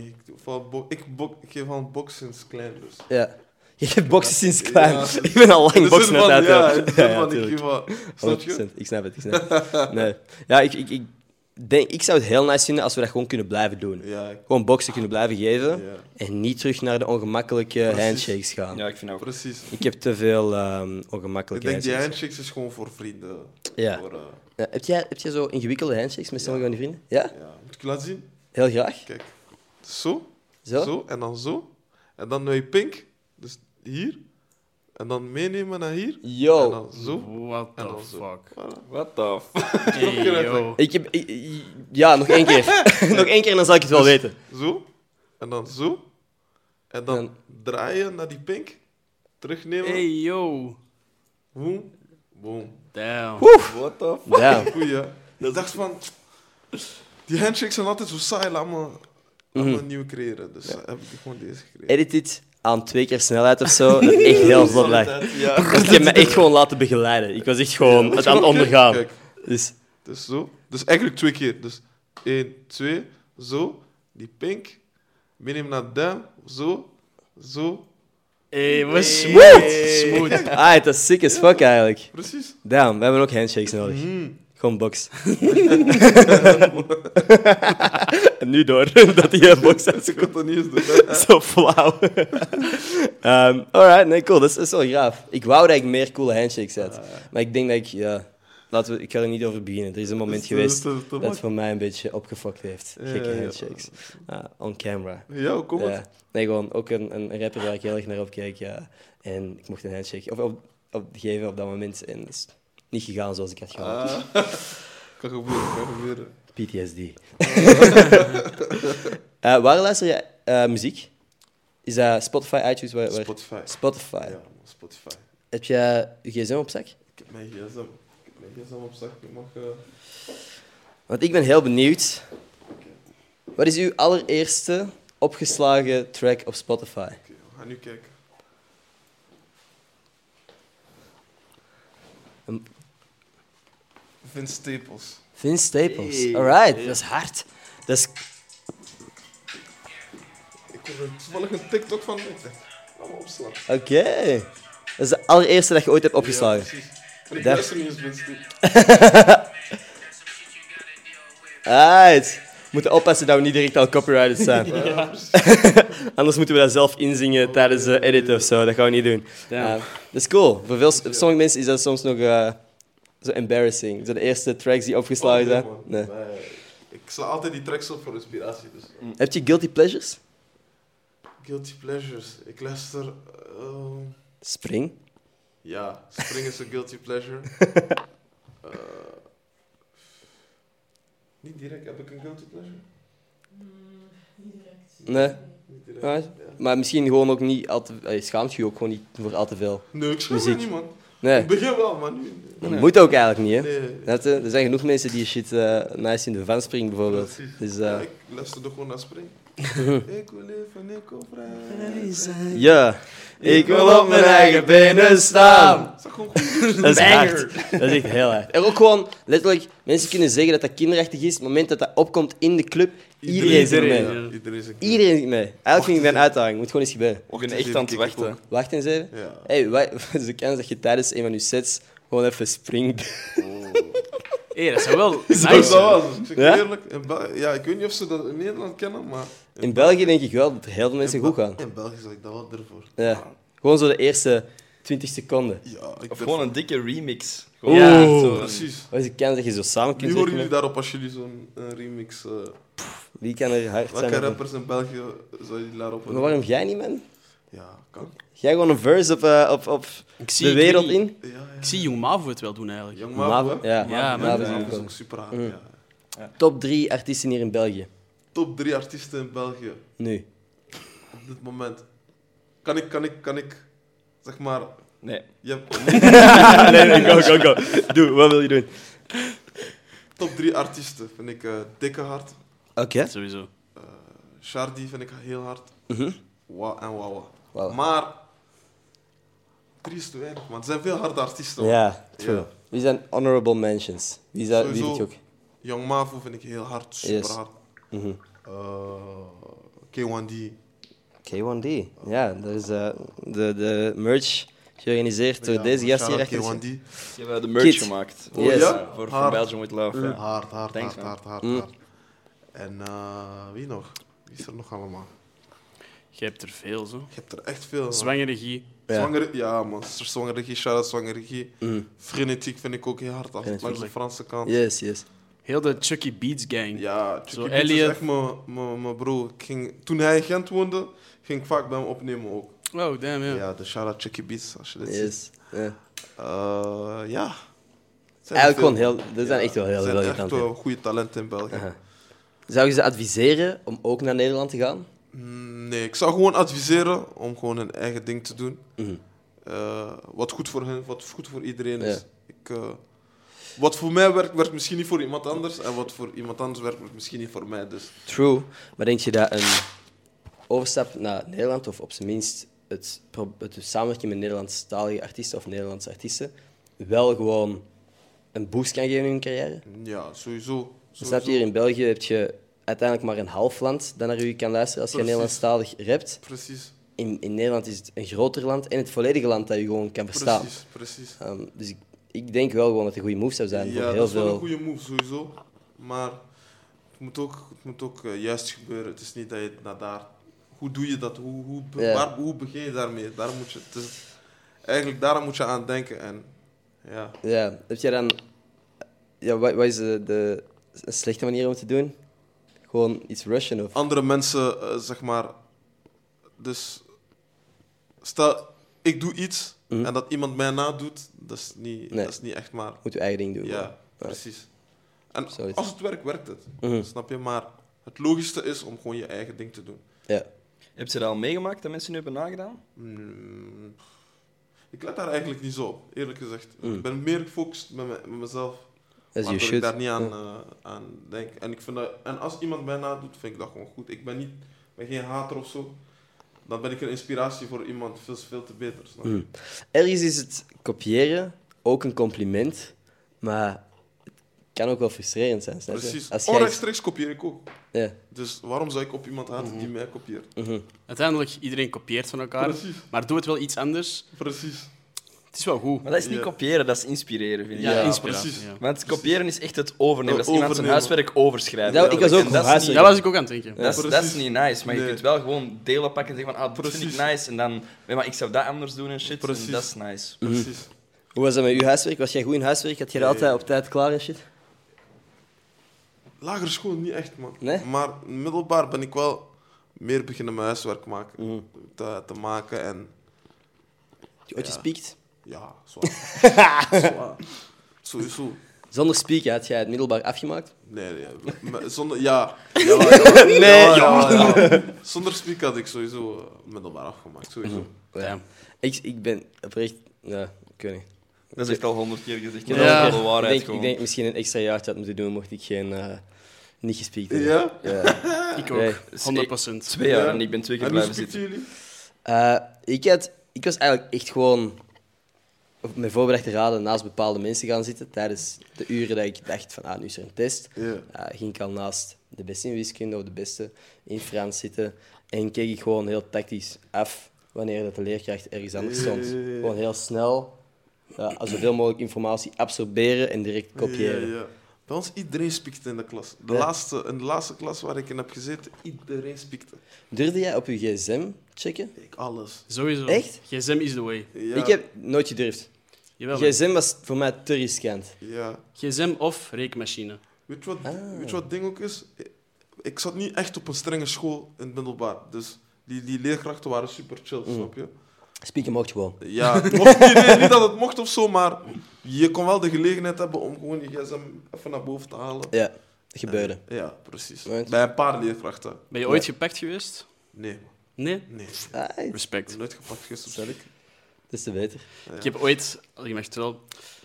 Ik geef van boksen sinds klein, dus. Ja. Je hebt boksen sinds klein. Ja, Ik ben al lang In de boksen zin aan het van, uitdelen. in de zin van, ik tuurlijk. geef van... Snap je? 100%. Ik snap het. Nee. Ja, ik denk, ik zou het heel nice vinden als we dat gewoon kunnen blijven doen. Ja, Gewoon boksen kunnen blijven geven ja. en niet terug naar de ongemakkelijke Precies. handshakes gaan. Ja, ik vind ook. Precies. Ik heb te veel Ik ongemakkelijke denk die handshakes. handshakes is gewoon voor vrienden. Ja. Voor, Ja, heb jij zo ingewikkelde handshakes met sommige van je vrienden? Ja? ja. Moet ik je laten zien? Heel graag. Kijk. Zo. Zo? Zo. En dan zo. En dan je pink. Dus hier. En dan meenemen naar hier. En Yo. dan zo. What En the dan zo. fuck? Voilà. What the fuck? Hey, yo. Ja, nog één keer. Nog één keer en dan zal ik het wel weten. Zo. En dan zo. En dan Dan- draaien naar die pink. Terugnemen. Hey, yo. Boom. Boom. Damn. What the fuck? Ja. Goeie, hè? Ik dacht van... Die handshakes zijn altijd zo saai. Laat me een nieuwe creëren. Dus heb ik gewoon deze gecreëerd. Edit dit aan 2 keer snelheid of zo. Dat is echt heel vlot lijkt. Ja. Ik heb me echt gewoon laten begeleiden. Ik was echt gewoon het aan het ondergaan. Kijk, Dus dus zo. Dus eigenlijk 2 keer. Dus 1, 2, zo. Die pink. Meenemen naar duim, zo. Hey, was smooth. Ah, dat is sick as fuck eigenlijk. Precies. Damn, we hebben ook handshakes nodig. Gewoon box. En nu door, dat hij box heeft. Ik kan dat niet eens doen. Zo flauw. Alright, nee, cool. Dat is wel gaaf. Ik wou dat ik meer coole handshakes had. Maar ik denk dat ik... Ja, ik ga er niet over beginnen. Er is een moment geweest dat het voor mij een beetje opgefokt heeft. Gekke handshakes. On camera. Ja, hoe komt het? Ja. Nee, gewoon ook een rapper waar ik heel erg naar opkeek. Ja. En ik mocht een handshake geven op dat moment. En dat is niet gegaan zoals ik had gehoopt. Kan gebeuren. PTSD. Waar luister je muziek? Is dat Spotify, iTunes? Spotify. Ja, Spotify. Heb je je gsm op zak? Ik heb mijn gsm op zak. Je mag... Want ik ben heel benieuwd. Wat is uw allereerste opgeslagen track op Spotify? Oké, we gaan nu kijken. Vince Staples. Vince Staples. Hey. Alright, dat is hard. Dat is... Ik hoorde toevallig een TikTok van... Ik dacht, laat me opslaan. Oké. Dat is de allereerste dat je ooit hebt opgeslagen. Ja, precies. En ik Dat- luister niet eens Vince Staples. Right. We moeten oppassen dat we niet direct al copyrighted zijn. Anders moeten we dat zelf inzingen tijdens editen of zo. Dat gaan we niet doen. Damn. Dat is cool. Voor sommige mensen is dat soms nog zo embarrassing. Zo de eerste tracks die opgeslagen zijn. man. Nee. Ik sla altijd die tracks op voor inspiratie. Dus. Heb je guilty pleasures? Guilty pleasures. Ik luister... Spring. ja, Spring is een guilty pleasure. Niet direct. Heb ik een guilty pleasure? Nee. Niet direct. Alright. Maar misschien gewoon ook niet al te... schaamt je ook gewoon niet voor al te veel. Nee, ik schaam me Muziek. niet, man. Nee. Ik begin wel, maar nu... Dat moet ook eigenlijk niet, hè. Nee. Weet je, er zijn genoeg mensen die shit nice in de van springen, bijvoorbeeld. Precies. Dus, Ja, ik luisterde gewoon naar Spring. Ik wil leven, ik wil vrij zijn. ja. Ik wil op mijn eigen benen staan. Is dat gewoon goed? Dat is hard. Dat is echt heel hard. En ook gewoon, letterlijk, mensen kunnen zeggen dat dat kinderachtig is. Op het moment dat dat opkomt in de club, iedereen zingt mee. ja. Iedereen zingt. Iedereen zingt mee. Eigenlijk vind ik dat een uitdaging. Moet gewoon eens gebeuren. Ik ben echt aan het wachten. Wacht eens even. Ja. Hey, wat is de kans dat je tijdens een van je sets gewoon even springt? Hey, dat zou wel Dat nice is zijn. wel. Ik zeg Ja? eerlijk. Ja, ik weet niet of ze dat in Nederland kennen, maar... In België denk ik wel dat er heel veel mensen goed gaan. In België zal ik dat wel ervoor. Ja. Gewoon zo de eerste 20 seconden. Ja, ik Of durf- gewoon een dikke remix. Oeh. Gewoon echt zo een- Precies. Wat is de kans dat je zo samen Nu kunt horen werken? jullie daarop als jullie zo'n remix... Wie kan er hard zijn? welke op- rappers in België zou je daarop Maar waarom jij niet, man? Ja, kan. Jij gewoon een verse op Ik zie- de ik wereld weet niet. in? Ja, ja. Ik zie Jong Mavo het wel doen, eigenlijk. Young Mavo, Mavo, hè? ja. Ja, Mavo man. is Ja. ook super hard, Mm. ja. Top 3 artiesten hier in België. Top 3 artiesten in België Nu. op dit moment. Kan ik, zeg maar... Nee. Je hebt nee, go. Doe, wat wil je doen? top 3 artiesten, vind ik Dikke Hard. Oké. Sowieso. Shardy vind ik heel hard. Mhm. En Wawa. Wawa. Maar 3 is te weinig, man. Er zijn veel harde artiesten. hoor. Ja, true. Ja. Wie zijn honorable mentions? Wie vind Sowieso. je ook? Young Mavo vind ik heel hard, super Yes. hard. Mhm. K1D. K1D. Ja, dat is de merch georganiseerd door deze gast hier achter. K1D. Ik heb de merch Kid. gemaakt. Oh, Yes. ja? Voor Hard. Belgium with Love. ja. Hard. Thanks, man. Hard. Mm. En wie nog? Wie is er nog allemaal? Je hebt er veel, zo. Je hebt er echt veel. man. Zwangere Guy. Ja. Ja, man. Zwangere Guy, shout-out Zwangere Guy. Mm. Frenetiek vind ik ook heel hard, Frenetiek. langs de Franse kant. Yes. Heel de Chucky Beats gang. Ja, Zo, Chucky Beats is Elliot. echt mijn bro. Toen hij in Gent woonde, ging ik vaak bij hem opnemen ook. Oh, damn, ja. Ja, de shout-out Chucky Beats, als je dit ziet. Yes. Ja. Ja. Eigenlijk gewoon heel... Er zijn echt wel heel Er veel zijn echt kanten. wel goede talenten in België. Aha. Zou je ze adviseren om ook naar Nederland te gaan? Nee, ik zou gewoon adviseren om gewoon hun eigen ding te doen. Mhm. Wat goed voor hen, wat goed voor iedereen is. Ja. Wat voor mij werkt, werkt misschien niet voor iemand anders. En wat voor iemand anders werkt, werkt misschien niet voor mij. Dus True. Maar denk je dat een overstap naar Nederland, of op zijn minst het samenwerken met Nederlandstalige artiesten of Nederlandse artiesten, wel gewoon een boost kan geven in hun carrière? ja, sowieso. Snap je, hier in België heb je uiteindelijk maar een half land dat naar u kan luisteren als je Precies. Nederlandstalig rapt. Precies. In Nederland is het een groter land en het volledige land dat je gewoon kan verstaan. Precies. Dus ik denk wel gewoon dat het een goede move zou zijn voor Ja, heel dat is wel veel... een goede move, sowieso. Maar het moet ook juist gebeuren. Het is niet dat je naar daar... Hoe doe je dat? Hoe begin je daarmee? Daar moet je, eigenlijk daar moet je aan denken. En, ja. Ja, heb jij dan... Ja, wat is een slechte manier om het te doen? Gewoon iets rushen of... Andere mensen, zeg maar... Dus... Stel, ik doe iets en dat iemand mij nadoet, dat is niet echt maar... Moet je eigen ding doen. Ja, precies. En Zoiets. als het werkt, werkt het. Snap je? Maar het logischste is om gewoon je eigen ding te doen. Ja. Heb je dat al meegemaakt, dat mensen nu hebben nagedaan? Ik let daar eigenlijk niet zo op, eerlijk gezegd. Ik ben meer gefocust met mezelf. As you Waardoor ik should. daar niet aan denk. En, ik vind dat, en als iemand mij nadoet, vind ik dat gewoon goed. Ik ben geen hater of zo. Dan ben ik een inspiratie voor iemand veel te beter. Snap je? Ergens is het kopiëren ook een compliment, maar het kan ook wel frustrerend zijn. Snap je? Precies. Als jij... Onrechtstreeks kopieer ik ook. Ja. Dus waarom zou ik op iemand haten die mij kopieert? Uiteindelijk, iedereen kopieert van elkaar. Precies. Maar doe het wel iets anders. Precies. Het is wel goed. Maar dat is niet Ja. kopiëren, dat is inspireren, vind ik. Ja, Ja, inspiratie. precies. Ja. Want kopiëren is echt het overnemen. Dat is iemand zijn Overnemen. huiswerk overschrijven. Dat- ik was ook En dat is huiswerk. niet- Dat was ik ook aan het denken. Dat is Precies. niet nice, maar je Nee. kunt wel gewoon delen pakken en zeggen van dat vind ik Precies. nice. En dan, maar ik zou dat anders doen en shit. Precies. En dat is nice. Precies. Hoe was dat met uw huiswerk? Was jij goed in huiswerk? Had je dat altijd op tijd klaar en shit? Lagere school niet echt, man. Nee? Maar middelbaar ben ik wel meer beginnen mijn huiswerk maken, te maken. En Heb je ooit gespiekt? ja, zwaar. Sowieso. Zonder spieken had jij het middelbaar afgemaakt? Nee. Zonder... Ja. Nee. Zonder speak had ik sowieso middelbaar afgemaakt. Sowieso. Ja. Ik ben oprecht... Ja, ik weet niet. Dat is echt al 100 keer gezegd. Ja. Dat is wel de Ik waarheid denk, gewoon. ik denk misschien een extra jaar had moeten doen, mocht ik niet gespiekt hebben. Ja? Ja. Ik ook. Nee. 100%. 2 jaar Ja. en ik ben 2 keer En hoe blijven speakten zitten. jullie? Ik was eigenlijk echt gewoon met voorbedachte raden naast bepaalde mensen gaan zitten tijdens de uren dat ik dacht van nu is er een test. Ja. Ging ik al naast de beste in wiskunde of de beste in Frans zitten en keek ik gewoon heel tactisch af wanneer dat de leerkracht ergens anders stond. Ja. Gewoon heel snel zoveel mogelijk informatie absorberen en direct kopiëren. Ja. Bij ons iedereen spiekte in de klas. In de laatste klas waar ik in heb gezeten, iedereen spiekte. Durfde jij op je gsm checken? Ik alles. Sowieso. Echt? GSM is the way. Ja. Ik heb nooit gedurfd. Jawel, man. gsm was voor mij te riskant. Ja. GSM of rekenmachine. Weet je wat het ding ook is? Ik zat niet echt op een strenge school in het middelbaar. Dus die leerkrachten waren super chill, snap je? Spieken mocht gewoon. Ja, het mocht niet dat het mocht of zo, maar je kon wel de gelegenheid hebben om gewoon je gsm even naar boven te halen. Ja, dat gebeurde. Ja, precies. Right. Bij een paar leerkrachten. Ben je ooit gepakt geweest? Nee, Nee? nee. Ah, Respect. Nooit gepakt gisteren. dat is te beter. Ik heb ooit, als je mag vertellen,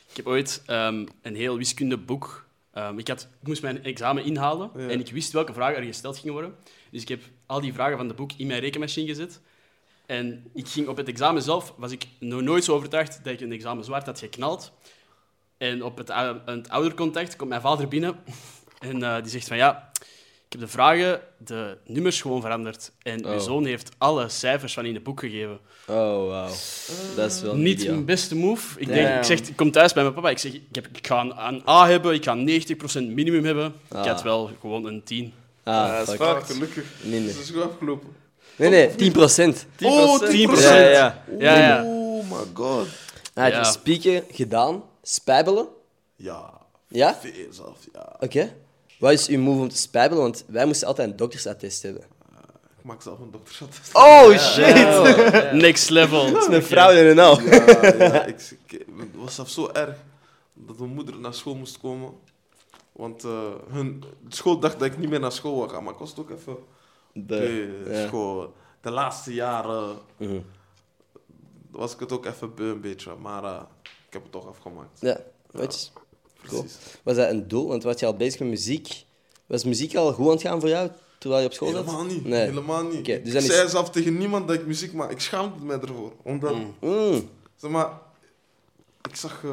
een heel wiskundeboek. Ik moest mijn examen inhalen en ik wist welke vragen er gesteld gingen worden. Dus ik heb al die vragen van het boek in mijn rekenmachine gezet. En ik ging op het examen zelf, was ik nog nooit zo overtuigd dat ik een examen zwart had geknald. En op het oudercontact komt mijn vader binnen en die zegt van ja, ik heb de vragen, de nummers gewoon veranderd. En uw zoon heeft alle cijfers van in het boek gegeven. Oh, wauw. Dat is wel Niet ideaal. mijn beste move. Ik Damn. zeg, ik kom thuis bij mijn papa. Ik zeg, ik ga een A hebben, ik ga 90% minimum hebben. Ik had wel gewoon een 10. Ah, fuck. Ah, gelukkig. Minder. Het is goed afgelopen. Nee, 10%. 10%. Oh, 10%. Ja. Ja. Oh my god. Had je Ja. spieken gedaan? Spijbelen? Ja, Ja? veel zelf, ja. Oké. Wat is uw move om te spijbelen? Want wij moesten altijd een doktersattest hebben. Ik maak zelf een doktersattest. Oh, shit! Next level. Dat is een fraude en al. Ja, het was zelfs zo erg dat mijn moeder naar school moest komen. Want de school dacht dat ik niet meer naar school wou gaan, maar ik was het ook even... Ja. School, de laatste jaren was ik het ook even beu een beetje, maar ik heb het toch afgemaakt. Ja, weet je. Cool. Precies. Was dat een doel? Want was je al bezig met muziek? Was muziek al goed aan het gaan voor jou terwijl je op school zat? Helemaal niet. Nee. Helemaal niet. Oké, dus Ik dan zei is... zelf tegen niemand dat ik muziek maak. Ik schaamde me ervoor. Omdat, zeg maar, ik zag...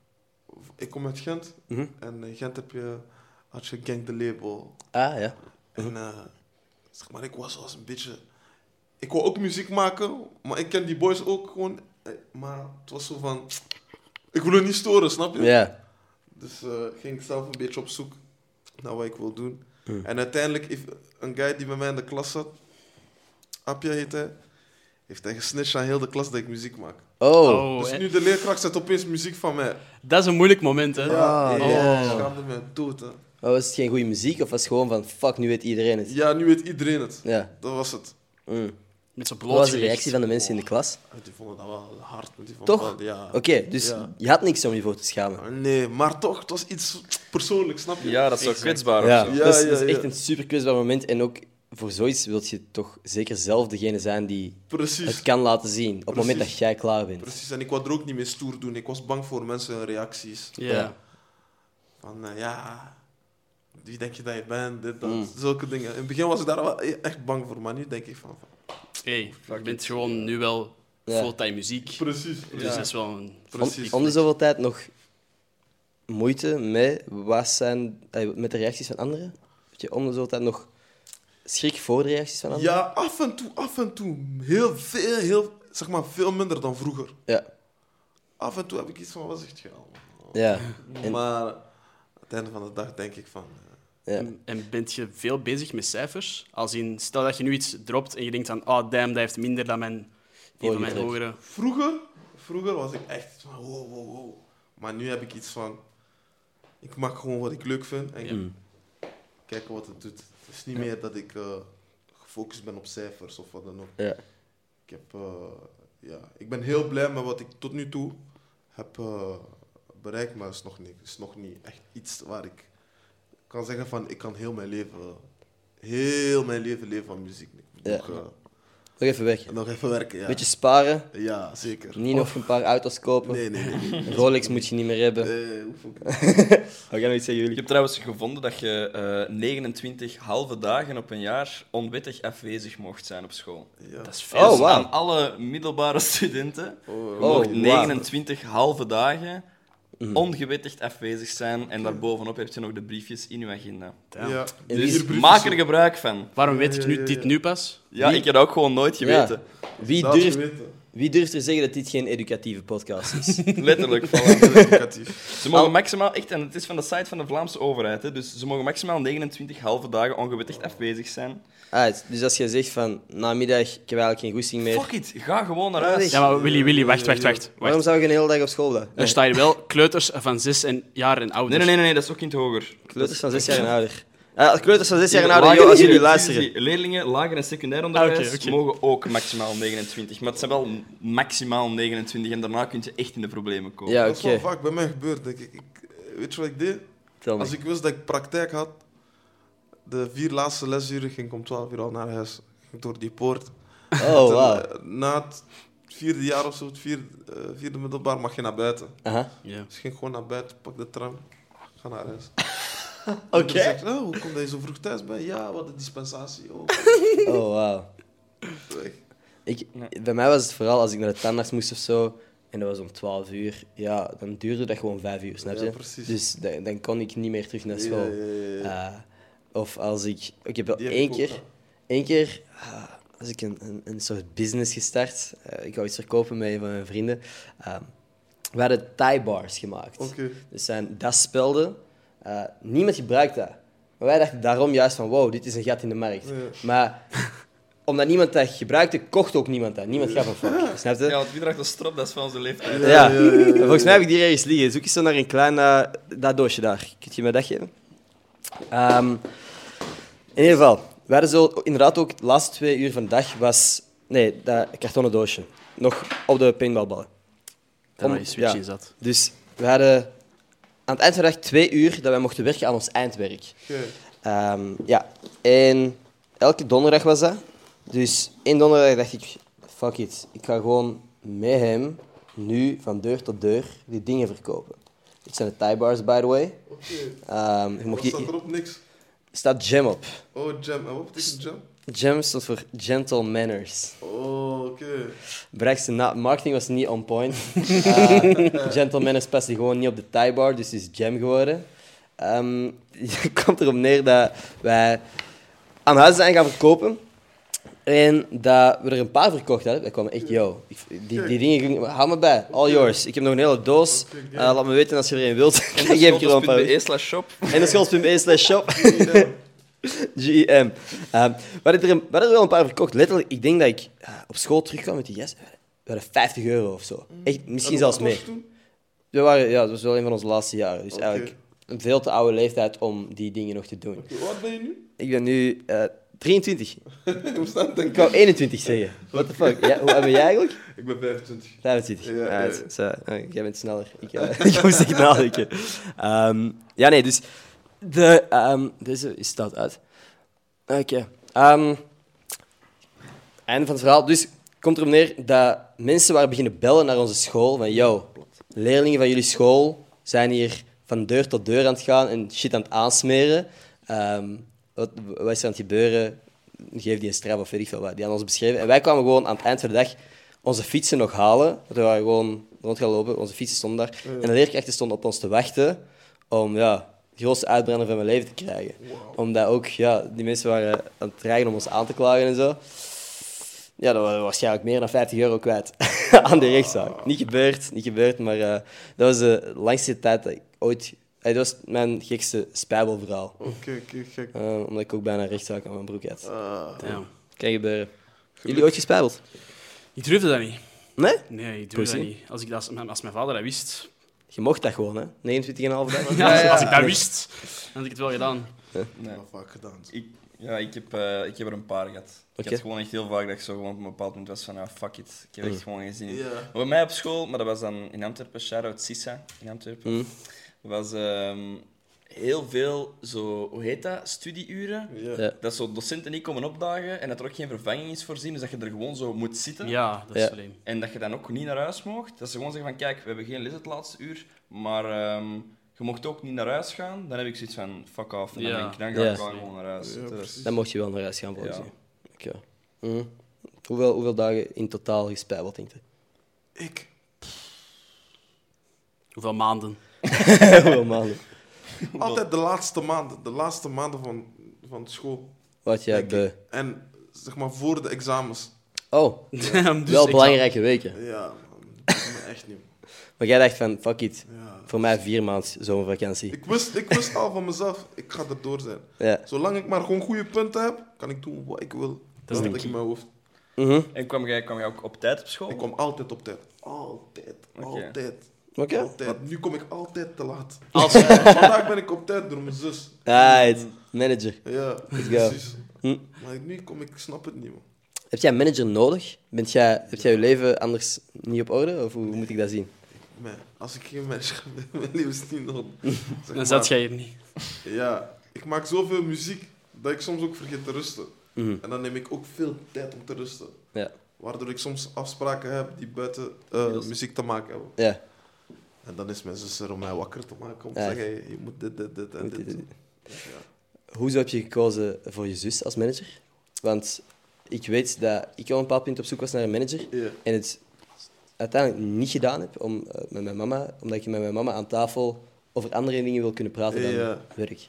ik kom uit Gent. En in Gent had je Gang de Label. Ah, ja. En zeg maar, ik was een beetje... Ik wou ook muziek maken, maar ik ken die boys ook gewoon. Maar het was zo van... Ik wil hun niet storen, snap je? Ja. Dus ging ik zelf een beetje op zoek naar wat ik wil doen. En uiteindelijk heeft een guy die bij mij in de klas zat, Apja heet hij, heeft hij gesnitcht aan heel de klas dat ik muziek maak. Oh. Dus nu de leerkracht zet opeens muziek van mij. Dat is een moeilijk moment, hè? Ja, Ah, ja. oh. Ik schaamde me dood, hè. Maar was het geen goede muziek of was het gewoon van fuck, nu weet iedereen het? Ja, nu weet iedereen het. Ja. Dat was het. Met zo'n Wat was de blootgelegd. reactie van de mensen in de klas? Die vonden dat wel hard. Die vonden Toch? wel- ja. Oké, dus Ja. je had niks om je voor te schamen. Nee, maar toch, het was iets persoonlijks, snap je? Ja, dat is zo kwetsbaar Ja, of zo. Ja, dat is ja, echt ja. een super kwetsbaar moment. En ook voor zoiets wil je toch zeker zelf degene zijn die Precies. het kan laten zien. Op het moment dat Precies. jij klaar bent. Precies, en ik wou er ook niet mee stoer doen. Ik was bang voor mensen hun reacties. Ja. Van, wie denk je dat je bent? Dit, dat, zulke dingen. In het begin was ik daar wel echt bang voor, maar nu denk ik van... Hey, je bent gewoon nu wel Ja. fulltime muziek. Precies. Dus dat is wel een... Precies. Om de zoveel tijd nog moeite met, met de reacties van anderen? Weet je, om de zoveel tijd nog schrik voor de reacties van anderen? Ja, af en toe. Zeg maar, veel minder dan vroeger. Ja. Af en toe heb ik iets van, wat zegt je allemaal? Ja. En- Maar aan het einde van de dag denk ik van... ja. En bent je veel bezig met cijfers? Als in, stel dat je nu iets dropt en je denkt van, oh damn, dat heeft minder dan een van mijn track. hogere. Vroeger was ik echt van, wow. Maar nu heb ik iets van... Ik maak gewoon wat ik leuk vind en kijken wat het doet. Het is niet meer dat ik gefocust ben op cijfers of wat dan ook. Ja. Ik ben heel blij met wat ik tot nu toe heb bereikt, maar het is nog niet echt iets waar ik kan zeggen van ik kan heel mijn leven leven van muziek. Ik moet Nog even weg. nog even werken, ja. Beetje sparen. Ja, zeker. Niet nog een paar auto's kopen. Nee. Een Rolex moet je niet meer hebben. Hoef ook niet. Wat gaan we iets zeggen, Ik jullie? heb trouwens gevonden dat je 29 halve dagen op een jaar onwettig afwezig mocht zijn op school. Ja. Dat is veel. Oh, Dus wauw. aan alle middelbare studenten. Je Oh, mocht wauw. 29 halve dagen ongewettigd afwezig zijn. En daarbovenop heb je nog de briefjes in je agenda. Damn. Ja. En Dus Hier briefjes maak er op. gebruik van. Waarom weet ik dit nu pas? Ja, ik heb dat ook gewoon nooit geweten. Wie Dat had je durft, weten. wie durft er zeggen dat dit geen educatieve podcast is? Letterlijk. Voilà. Educatief. Ze mogen maximaal, echt, en het is van de site van de Vlaamse overheid, hè, dus ze mogen maximaal 29 halve dagen ongewettigd afwezig zijn. Dus als je zegt van, namiddag, ik heb eigenlijk geen goesting meer. Fuck it, ga gewoon naar Ja, huis. nee. Ja, maar Willy, wacht. Waarom zou je een hele dag op school blijven? Er staat hier wel kleuters van 6 jaar en ouder. Nee, dat is ook in het hoger. Kleuters van 6 jaar en ouder. Kleuters van 6 jaar en ouder, joh, als jullie luisteren. Leerlingen, lager en secundair onderwijs Oké. mogen ook maximaal 29. Maar het zijn wel maximaal 29 en daarna kun je echt in de problemen komen. Ja, Dat is oké. wel vaak bij mij gebeurd, denk ik. Weet je wat ik deed? Tel me. Als ik wist dat ik praktijk had, de 4 laatste lesuren ging ik om 12 uur al naar huis. Ging door die poort. Oh, wauw. Na het 4e jaar of zo, het vierde middelbaar, mag je naar buiten. Aha. Ja. Dus ik ging gewoon naar buiten, pak de tram, ga naar huis. Oké. Moeder zegt, oh, hoe komt dat je zo vroeg thuis bent? Ja, wat een dispensatie. Oh, Oh, wauw. weg. Bij mij was het vooral als ik naar de tandarts moest of zo, en dat was om 12 uur, ja, dan duurde dat gewoon 5 uur, snap je? Ja, precies. Dus dan kon ik niet meer terug naar school. Ja. Of als ik heb wel Die heb één ik ook, keer, hè. één keer als ik een soort business gestart. Ik wou iets verkopen met een van mijn vrienden. We hadden Thai bars gemaakt. Oké. Dus zijn dasspelden. Niemand gebruikt dat. Maar wij dachten daarom juist van, wow, dit is een gat in de markt. Ja. Maar omdat niemand dat gebruikte, kocht ook niemand dat. Niemand gaf een fuck. Snap je? Ja, want wie draagt een strop, dat is van onze leeftijd. Ja. Volgens mij heb ik die ergens liggen. Zoek eens zo naar een klein dat doosje daar. Kun je mij dat geven? In ieder geval, we hadden zo inderdaad ook de laatste 2 uur van de dag was... Nee, dat kartonnen doosje. Nog op de paintballballen. Daar waar je switch ja. in zat. Dus we hadden aan het eind van de dag 2 uur dat wij mochten werken aan ons eindwerk. Oké. Ja, en elke donderdag was dat. Dus één donderdag dacht ik, fuck it. Ik ga gewoon met hem nu van deur tot deur die dingen verkopen. Dit zijn de Thai bars, by the way. Oké. Je mocht Wat staat die, erop? Niks. staat Jam op. Oh, jam. En wat betekent jam? Jam stond voor Gentle Manners. Oh, oké. Brax's marketing was niet on point. Gentle Manners paste gewoon niet op de Thai bar, dus het is Jam geworden. Het komt erop neer dat wij aan huis zijn gaan verkopen. En dat we er een paar verkocht hadden. Dat kwam echt, die dingen, hou me bij, all yours. Ik heb nog een hele doos. Laat me weten als je er een wilt. En Dan geef ik er wel een paar. schoolpost.be/shop. En de schoolpost.be/shop. GEM. We hadden er wel een paar verkocht. Letterlijk, ik denk dat ik op school terugkwam met die jas. We hadden €50 of zo. Echt, misschien zelfs meer. Dat was wel een van onze laatste jaren. Dus eigenlijk een veel te oude leeftijd om die dingen nog te doen. Hoe oud ben je nu? Ik ben nu 23. Hoe staat het? Ik wou 21 zeggen. What the fuck? Ja, hoe oud ben jij eigenlijk? Ik ben 25. 25. Ja. Jij bent sneller. Ik moest echt nadenken. Dus deze staat uit. Oké. Einde van het verhaal. Dus komt erop neer dat mensen waren beginnen bellen naar onze school. Van, leerlingen van jullie school zijn hier van deur tot deur aan het gaan en shit aan het aansmeren. Wat is er aan het gebeuren? Geef die een straf of weet ik veel wat. Die aan ons beschreven. En wij kwamen gewoon aan het eind van de dag onze fietsen nog halen. Want we waren gewoon rond gaan lopen. Onze fietsen stonden daar. En de leerkrachten stonden op ons te wachten om de grootste uitbrander van mijn leven te krijgen. Wow. Omdat ook die mensen waren aan het dreigen om ons aan te klagen en zo. Ja, dat was waarschijnlijk meer dan €50 kwijt aan de rechtszaak. Niet gebeurd, maar dat was de langste tijd dat ik ooit... dat was mijn gekste spijbelverhaal. Oké, gek. Omdat ik ook bijna een rechtszaak aan mijn broek had. Damn. Kan gebeuren. Jullie ooit gespijbeld? Ik durfde dat niet. Nee? Nee, ik durfde dat niet. Als mijn vader dat wist... Je mocht dat gewoon, hè? 29,5 dag. Als ik dat wist, dan had ik het wel gedaan. Dat heb ik vaak gedaan. Ik heb er een paar gehad. Ik had gewoon echt heel vaak dat ik zo gewoon op een bepaald moment was van, fuck it. Ik heb echt gewoon geen zin in. Ja. Maar bij mij op school, maar dat was dan in Antwerpen, shout-out Sissa in Antwerpen, was heel veel zo, hoe heet dat, studieuren. Ja. Ja. Dat zo docenten niet komen opdagen en dat er ook geen vervanging is voorzien, dus dat je er gewoon zo moet zitten. Ja, dat is slim. En dat je dan ook niet naar huis mocht. Dat ze gewoon zeggen van, kijk, we hebben geen les het laatste uur, maar je mocht ook niet naar huis gaan. Dan heb ik zoiets van, fuck off. En dan, Ja. dan ga ik wel gewoon naar huis. Ja, Dat is- precies. Dan mocht je wel naar huis gaan, volgens Ja. mij. Oké. Hoeveel dagen in totaal gespijbeld, denk je? Ik? Hoeveel maanden? Hoeveel maanden? Altijd de laatste maanden van school. Wat jij denk beu. ik. En zeg maar voor de examens. Oh, Dus wel ik belangrijke weken. Ja, man. Dat is me echt niet. Maar jij dacht van, fuck it. Ja. Voor mij 4 maanden zomervakantie. Ik wist al van mezelf, ik ga erdoor zijn. Ja. Zolang ik maar gewoon goede punten heb, kan ik doen wat ik wil. Dat is Dat de ik in mijn hoofd. En kwam jij ook op tijd op school? Ik kom altijd op tijd. Altijd. Oké. Oké. Altijd. Nu kom ik altijd te laat. Als, Vandaag ben ik op tijd door mijn zus. Right. Manager. Ja, go. precies. Hm. Maar nu ik snap het niet, man. Heb jij een manager nodig? Heb jij je leven anders niet op orde? Of hoe moet ik dat zien? Man, als ik geen manager heb, mijn leven is niet nodig. Zeg dan maar, zat jij hier niet. Ja, ik maak zoveel muziek dat ik soms ook vergeet te rusten. Mhm. En dan neem ik ook veel tijd om te rusten. Ja. Waardoor ik soms afspraken heb die buiten muziek te maken hebben. Ja. En dan is mijn zus er om mij wakker te maken. Om te Ja. zeggen, hey, je moet dit en dit. doen. Hoezo heb je gekozen voor je zus als manager? Want ik weet dat ik op een bepaald punt op zoek was naar een manager. Ja. En het uiteindelijk niet gedaan heb met mijn mama, omdat ik met mijn mama aan tafel over andere dingen wil kunnen praten dan Ja. werk.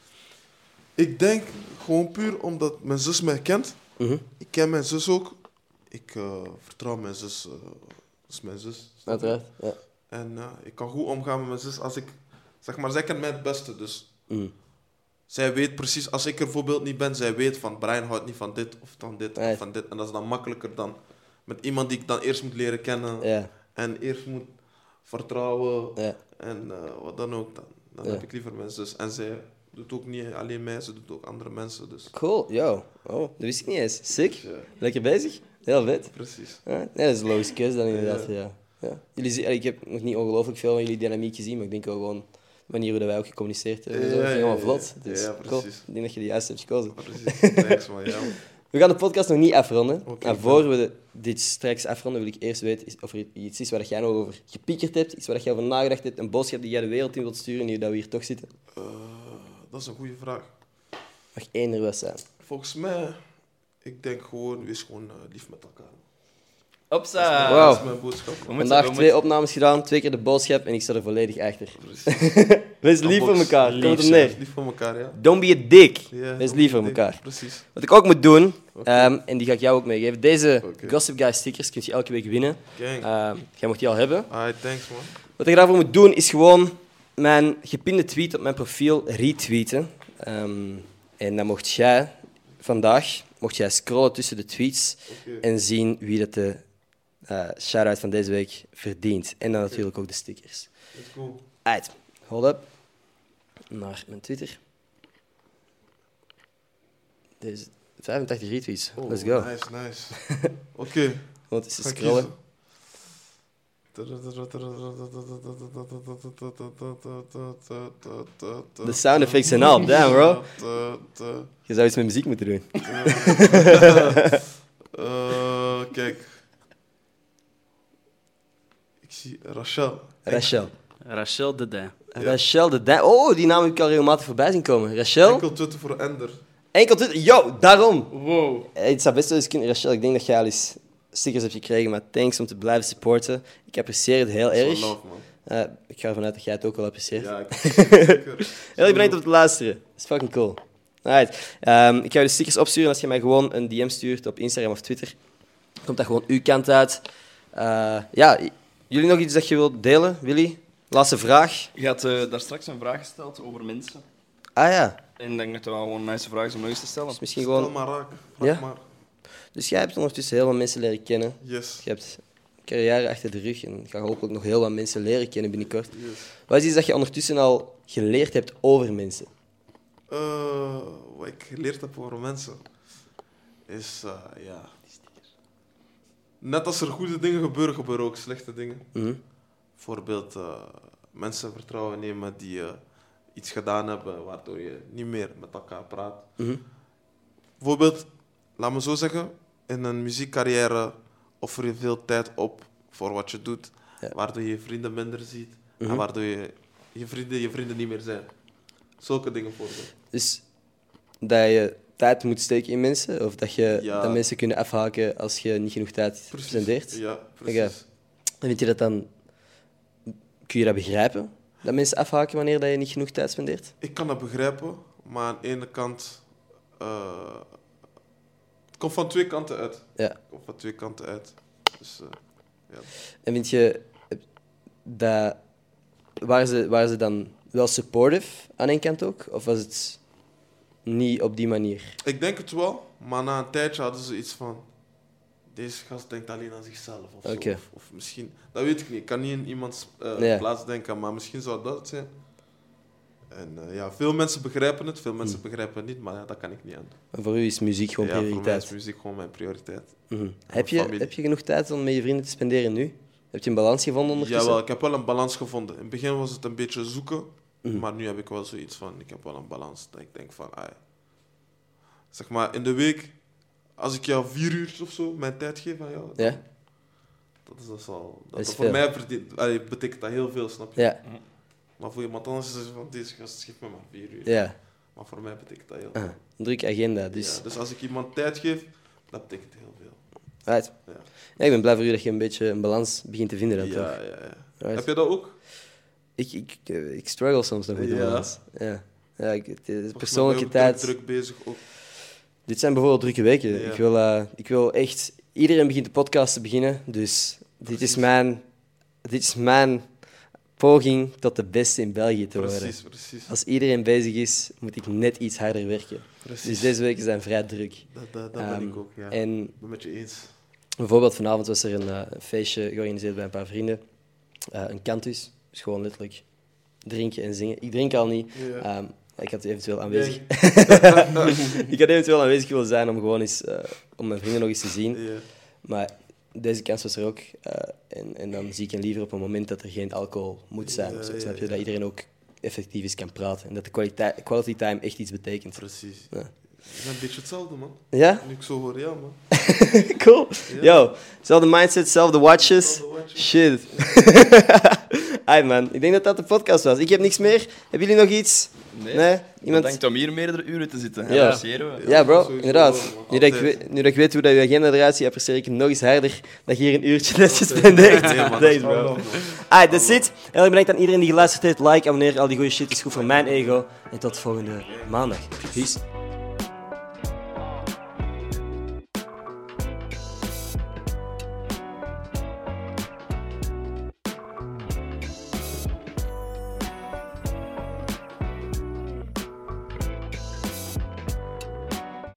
Ik denk gewoon puur omdat mijn zus mij kent. Mhm. Ik ken mijn zus ook. Ik vertrouw mijn zus. Dat is mijn zus. snap je? Uiteraard. Ja. En ik kan goed omgaan met mijn zus als ik... Zeg maar, zij kent mij het beste, dus... Mhm. Zij weet precies, als ik er bijvoorbeeld niet ben, zij weet van Brian houdt niet van dit of van dit Ja. of van dit. En dat is dan makkelijker dan met iemand die ik dan eerst moet leren kennen Ja. en eerst moet vertrouwen Ja. en wat dan ook. Dan Ja. heb ik liever mijn zus. En zij doet ook niet alleen mij, ze doet ook andere mensen. Dus Cool, yo. Oh, dat wist ik niet eens. Sick. ja, Lekker bezig. Heel vet. precies. Ja, nee, dat is een logische keuze dan inderdaad. Ja. Ja. Ik heb nog niet ongelooflijk veel van jullie dynamiek gezien, maar ik denk wel gewoon de manier hoe wij ook gecommuniceerd hebben. Zo. Ja, Dat is ja, helemaal ja. vlot. Dus, Ja, cool. precies. Ik denk dat je de juiste hebt gekozen. Precies. Thanks, man. Ja, man. We gaan de podcast nog niet afronden. Oké, En voor we dit straks afronden, wil ik eerst weten of er iets is waar jij nog over gepiekerd hebt, iets waar jij over nagedacht hebt, een boodschap die jij de wereld in wilt sturen, nu dat we hier toch zitten. Dat is een goede vraag. Mag één er was zijn. Volgens mij, ik denk gewoon, wees gewoon lief met elkaar. Hopsa! Wow. Dat is mijn boodschap. We moeten- Vandaag we 2 opnames gedaan, 2 keer de boodschap en ik sta er volledig achter. Precies. Wees lief voor elkaar. Komt het op neer. Lief voor elkaar, ja. Don't be a dick. Ja, Wees lief voor elkaar. Precies. Wat ik ook moet doen, en die ga ik jou ook meegeven. Deze Gossip Guy stickers kun je elke week winnen. Gang. Jij mocht die al hebben. Alright, thanks man. Wat je daarvoor moet doen, is gewoon mijn gepinde tweet op mijn profiel retweeten. En dan mocht jij vandaag scrollen tussen de tweets en zien wie dat de shout-out van deze week verdient. En dan natuurlijk ook de stickers. Let's go. Uit. Hold up. Naar mijn Twitter. Deze 85 retweets. Oh, Let's go. Nice. Oké. Want eens Ga scrollen. De sound effects zijn al. Damn, bro. Je zou iets met muziek moeten doen. Kijk. Ik zie Rachel. Rachel Dedin. Rachel de Dijn. Oh, die naam heb ik al regelmatig voorbij zien komen. Rachel. Enkel Twitter voor Ender. Enkel Twitter. Yo, daarom. Wow. Het zou best wel eens kunnen. Rachel, ik denk dat jij al eens stickers hebt gekregen, maar thanks om te blijven supporten. Ik apprecieer het heel erg. Love, man. Ik ga ervan uit dat jij het ook wel apprecieert. Ja, zeker. Heel erg bedankt om te luisteren. Dat is fucking cool. Alright. Ik ga je de stickers opsturen als je mij gewoon een DM stuurt op Instagram of Twitter. Komt dat gewoon uw kant uit. Ja, jullie nog iets dat je wilt delen, Willy? Laatste vraag. Je had daar straks een vraag gesteld over mensen. Ah ja, En ik denk dat het wel gewoon een nice vraag is om nog eens te stellen. dus misschien Stel gewoon... maar raak. Ja? Vraag maar. Dus jij hebt ondertussen heel wat mensen leren kennen. Yes. Je hebt een carrière achter de rug en ga hopelijk nog heel wat mensen leren kennen binnenkort. Yes. Wat is iets dat je ondertussen al geleerd hebt over mensen? Wat ik geleerd heb over mensen is, ja... Net als er goede dingen gebeuren, gebeuren ook slechte dingen. Mhm. Bijvoorbeeld mensen vertrouwen nemen die iets gedaan hebben waardoor je niet meer met elkaar praat. Mhm. Bijvoorbeeld, laat me zo zeggen, in een muziekcarrière offer je veel tijd op voor wat je doet, Ja. waardoor je je vrienden minder ziet Mhm. en waardoor je vrienden niet meer zijn. Zulke dingen bijvoorbeeld. Dus dat je tijd moet steken in mensen, of dat, Ja. dat mensen kunnen afhaken als je niet genoeg tijd spendeert. Ja, precies. Oké. En vind je dat dan... Kun je dat begrijpen? Dat mensen afhaken wanneer dat je niet genoeg tijd spendeert? Ik kan dat begrijpen, maar aan de ene kant... het komt van twee kanten uit. Ja. Het komt van twee kanten uit. Dus, ja. En vind je dat... Waren ze dan wel supportive aan één kant ook? Of was het niet op die manier? Ik denk het wel, maar na een tijdje hadden ze iets van... Deze gast denkt alleen aan zichzelf of Oké. zo. Of misschien... Dat weet ik niet. Ik kan niet in iemands Ja. plaats denken, maar misschien zou dat het zijn. En ja, veel mensen begrijpen het, veel mensen begrijpen het niet, maar ja, dat kan ik niet aan doen. Maar voor u is muziek gewoon Ja, voor mij prioriteit. is muziek gewoon mijn prioriteit. Mhm. familie. Heb je genoeg tijd om met je vrienden te spenderen nu? Heb je een balans gevonden ondertussen? Jawel, ik heb wel een balans gevonden. In het begin was het een beetje zoeken, Mhm. maar nu heb ik wel zoiets van, ik heb wel een balans. Dat ik denk van, zeg maar, in de week, als ik jou 4 uur of zo mijn tijd geef aan jou, Ja? dat is al... Dat is voor veel. mij betekent dat heel veel, snap je? Ja. Maar voor iemand anders is het van, deze gast geeft me maar 4 uur. Ja. Maar voor mij betekent dat heel veel. Een drukke agenda, dus... Ja, dus als ik iemand tijd geef, dat betekent heel veel. Right. Ja. Ja, ik ben blij voor u dat je een beetje een balans begint te vinden dan toch? Ja. Right. Heb jij dat ook? Ik struggle soms nog met de Ja. balans. Ja. Ja, de Volgens persoonlijke mij ben je ook tijd... druk bezig ook. Dit zijn bijvoorbeeld drukke weken. Ja. Ik wil echt... Iedereen begint de podcast te beginnen, dus dit is mijn poging tot de beste in België te worden. Precies. Als iedereen bezig is, moet ik net iets harder werken. Precies. Dus deze weken zijn vrij druk. Dat ben ik ook, ja. En Ik ben met je eens. bijvoorbeeld vanavond was er een feestje georganiseerd bij een paar vrienden. Een kantus. Dus gewoon letterlijk drinken en zingen. Ik drink al niet. Ja. Ik had eventueel aanwezig... Nee. Ik had eventueel aanwezig willen zijn om gewoon eens... om mijn vrienden nog eens te zien. Ja. Maar deze kans was er ook. En dan zie ik hen liever op een moment dat er geen alcohol moet zijn. Ja, of zo, ja, snap je? ja. Dat iedereen ook effectief eens kan praten. En dat de quality time echt iets betekent. Precies. Ja. We zijn een beetje hetzelfde, man. Ja? Nu ik zo hoor, ja, man. Cool. Ja. Yo, zelfde mindset, zelfde watches. Zelfde watches. Shit. Ai man, ik denk dat dat de podcast was. Ik heb niks meer. Hebben jullie nog iets? Nee? Iemand? Denkt om hier meerdere uren te zitten. Ja. Appreciëren we. Ja, bro, sowieso. inderdaad. Nu dat, Altijd. nu dat ik weet hoe dat je agenda eruit ziet, apprecieer ik het nog eens harder dat je hier een uurtje net gespendeerd Nee, man, Thanks, bro. That's it. Heel erg bedankt aan iedereen die geluisterd heeft. Like, abonneer, al die goede shit is goed voor mijn ego. En tot volgende maandag. Peace.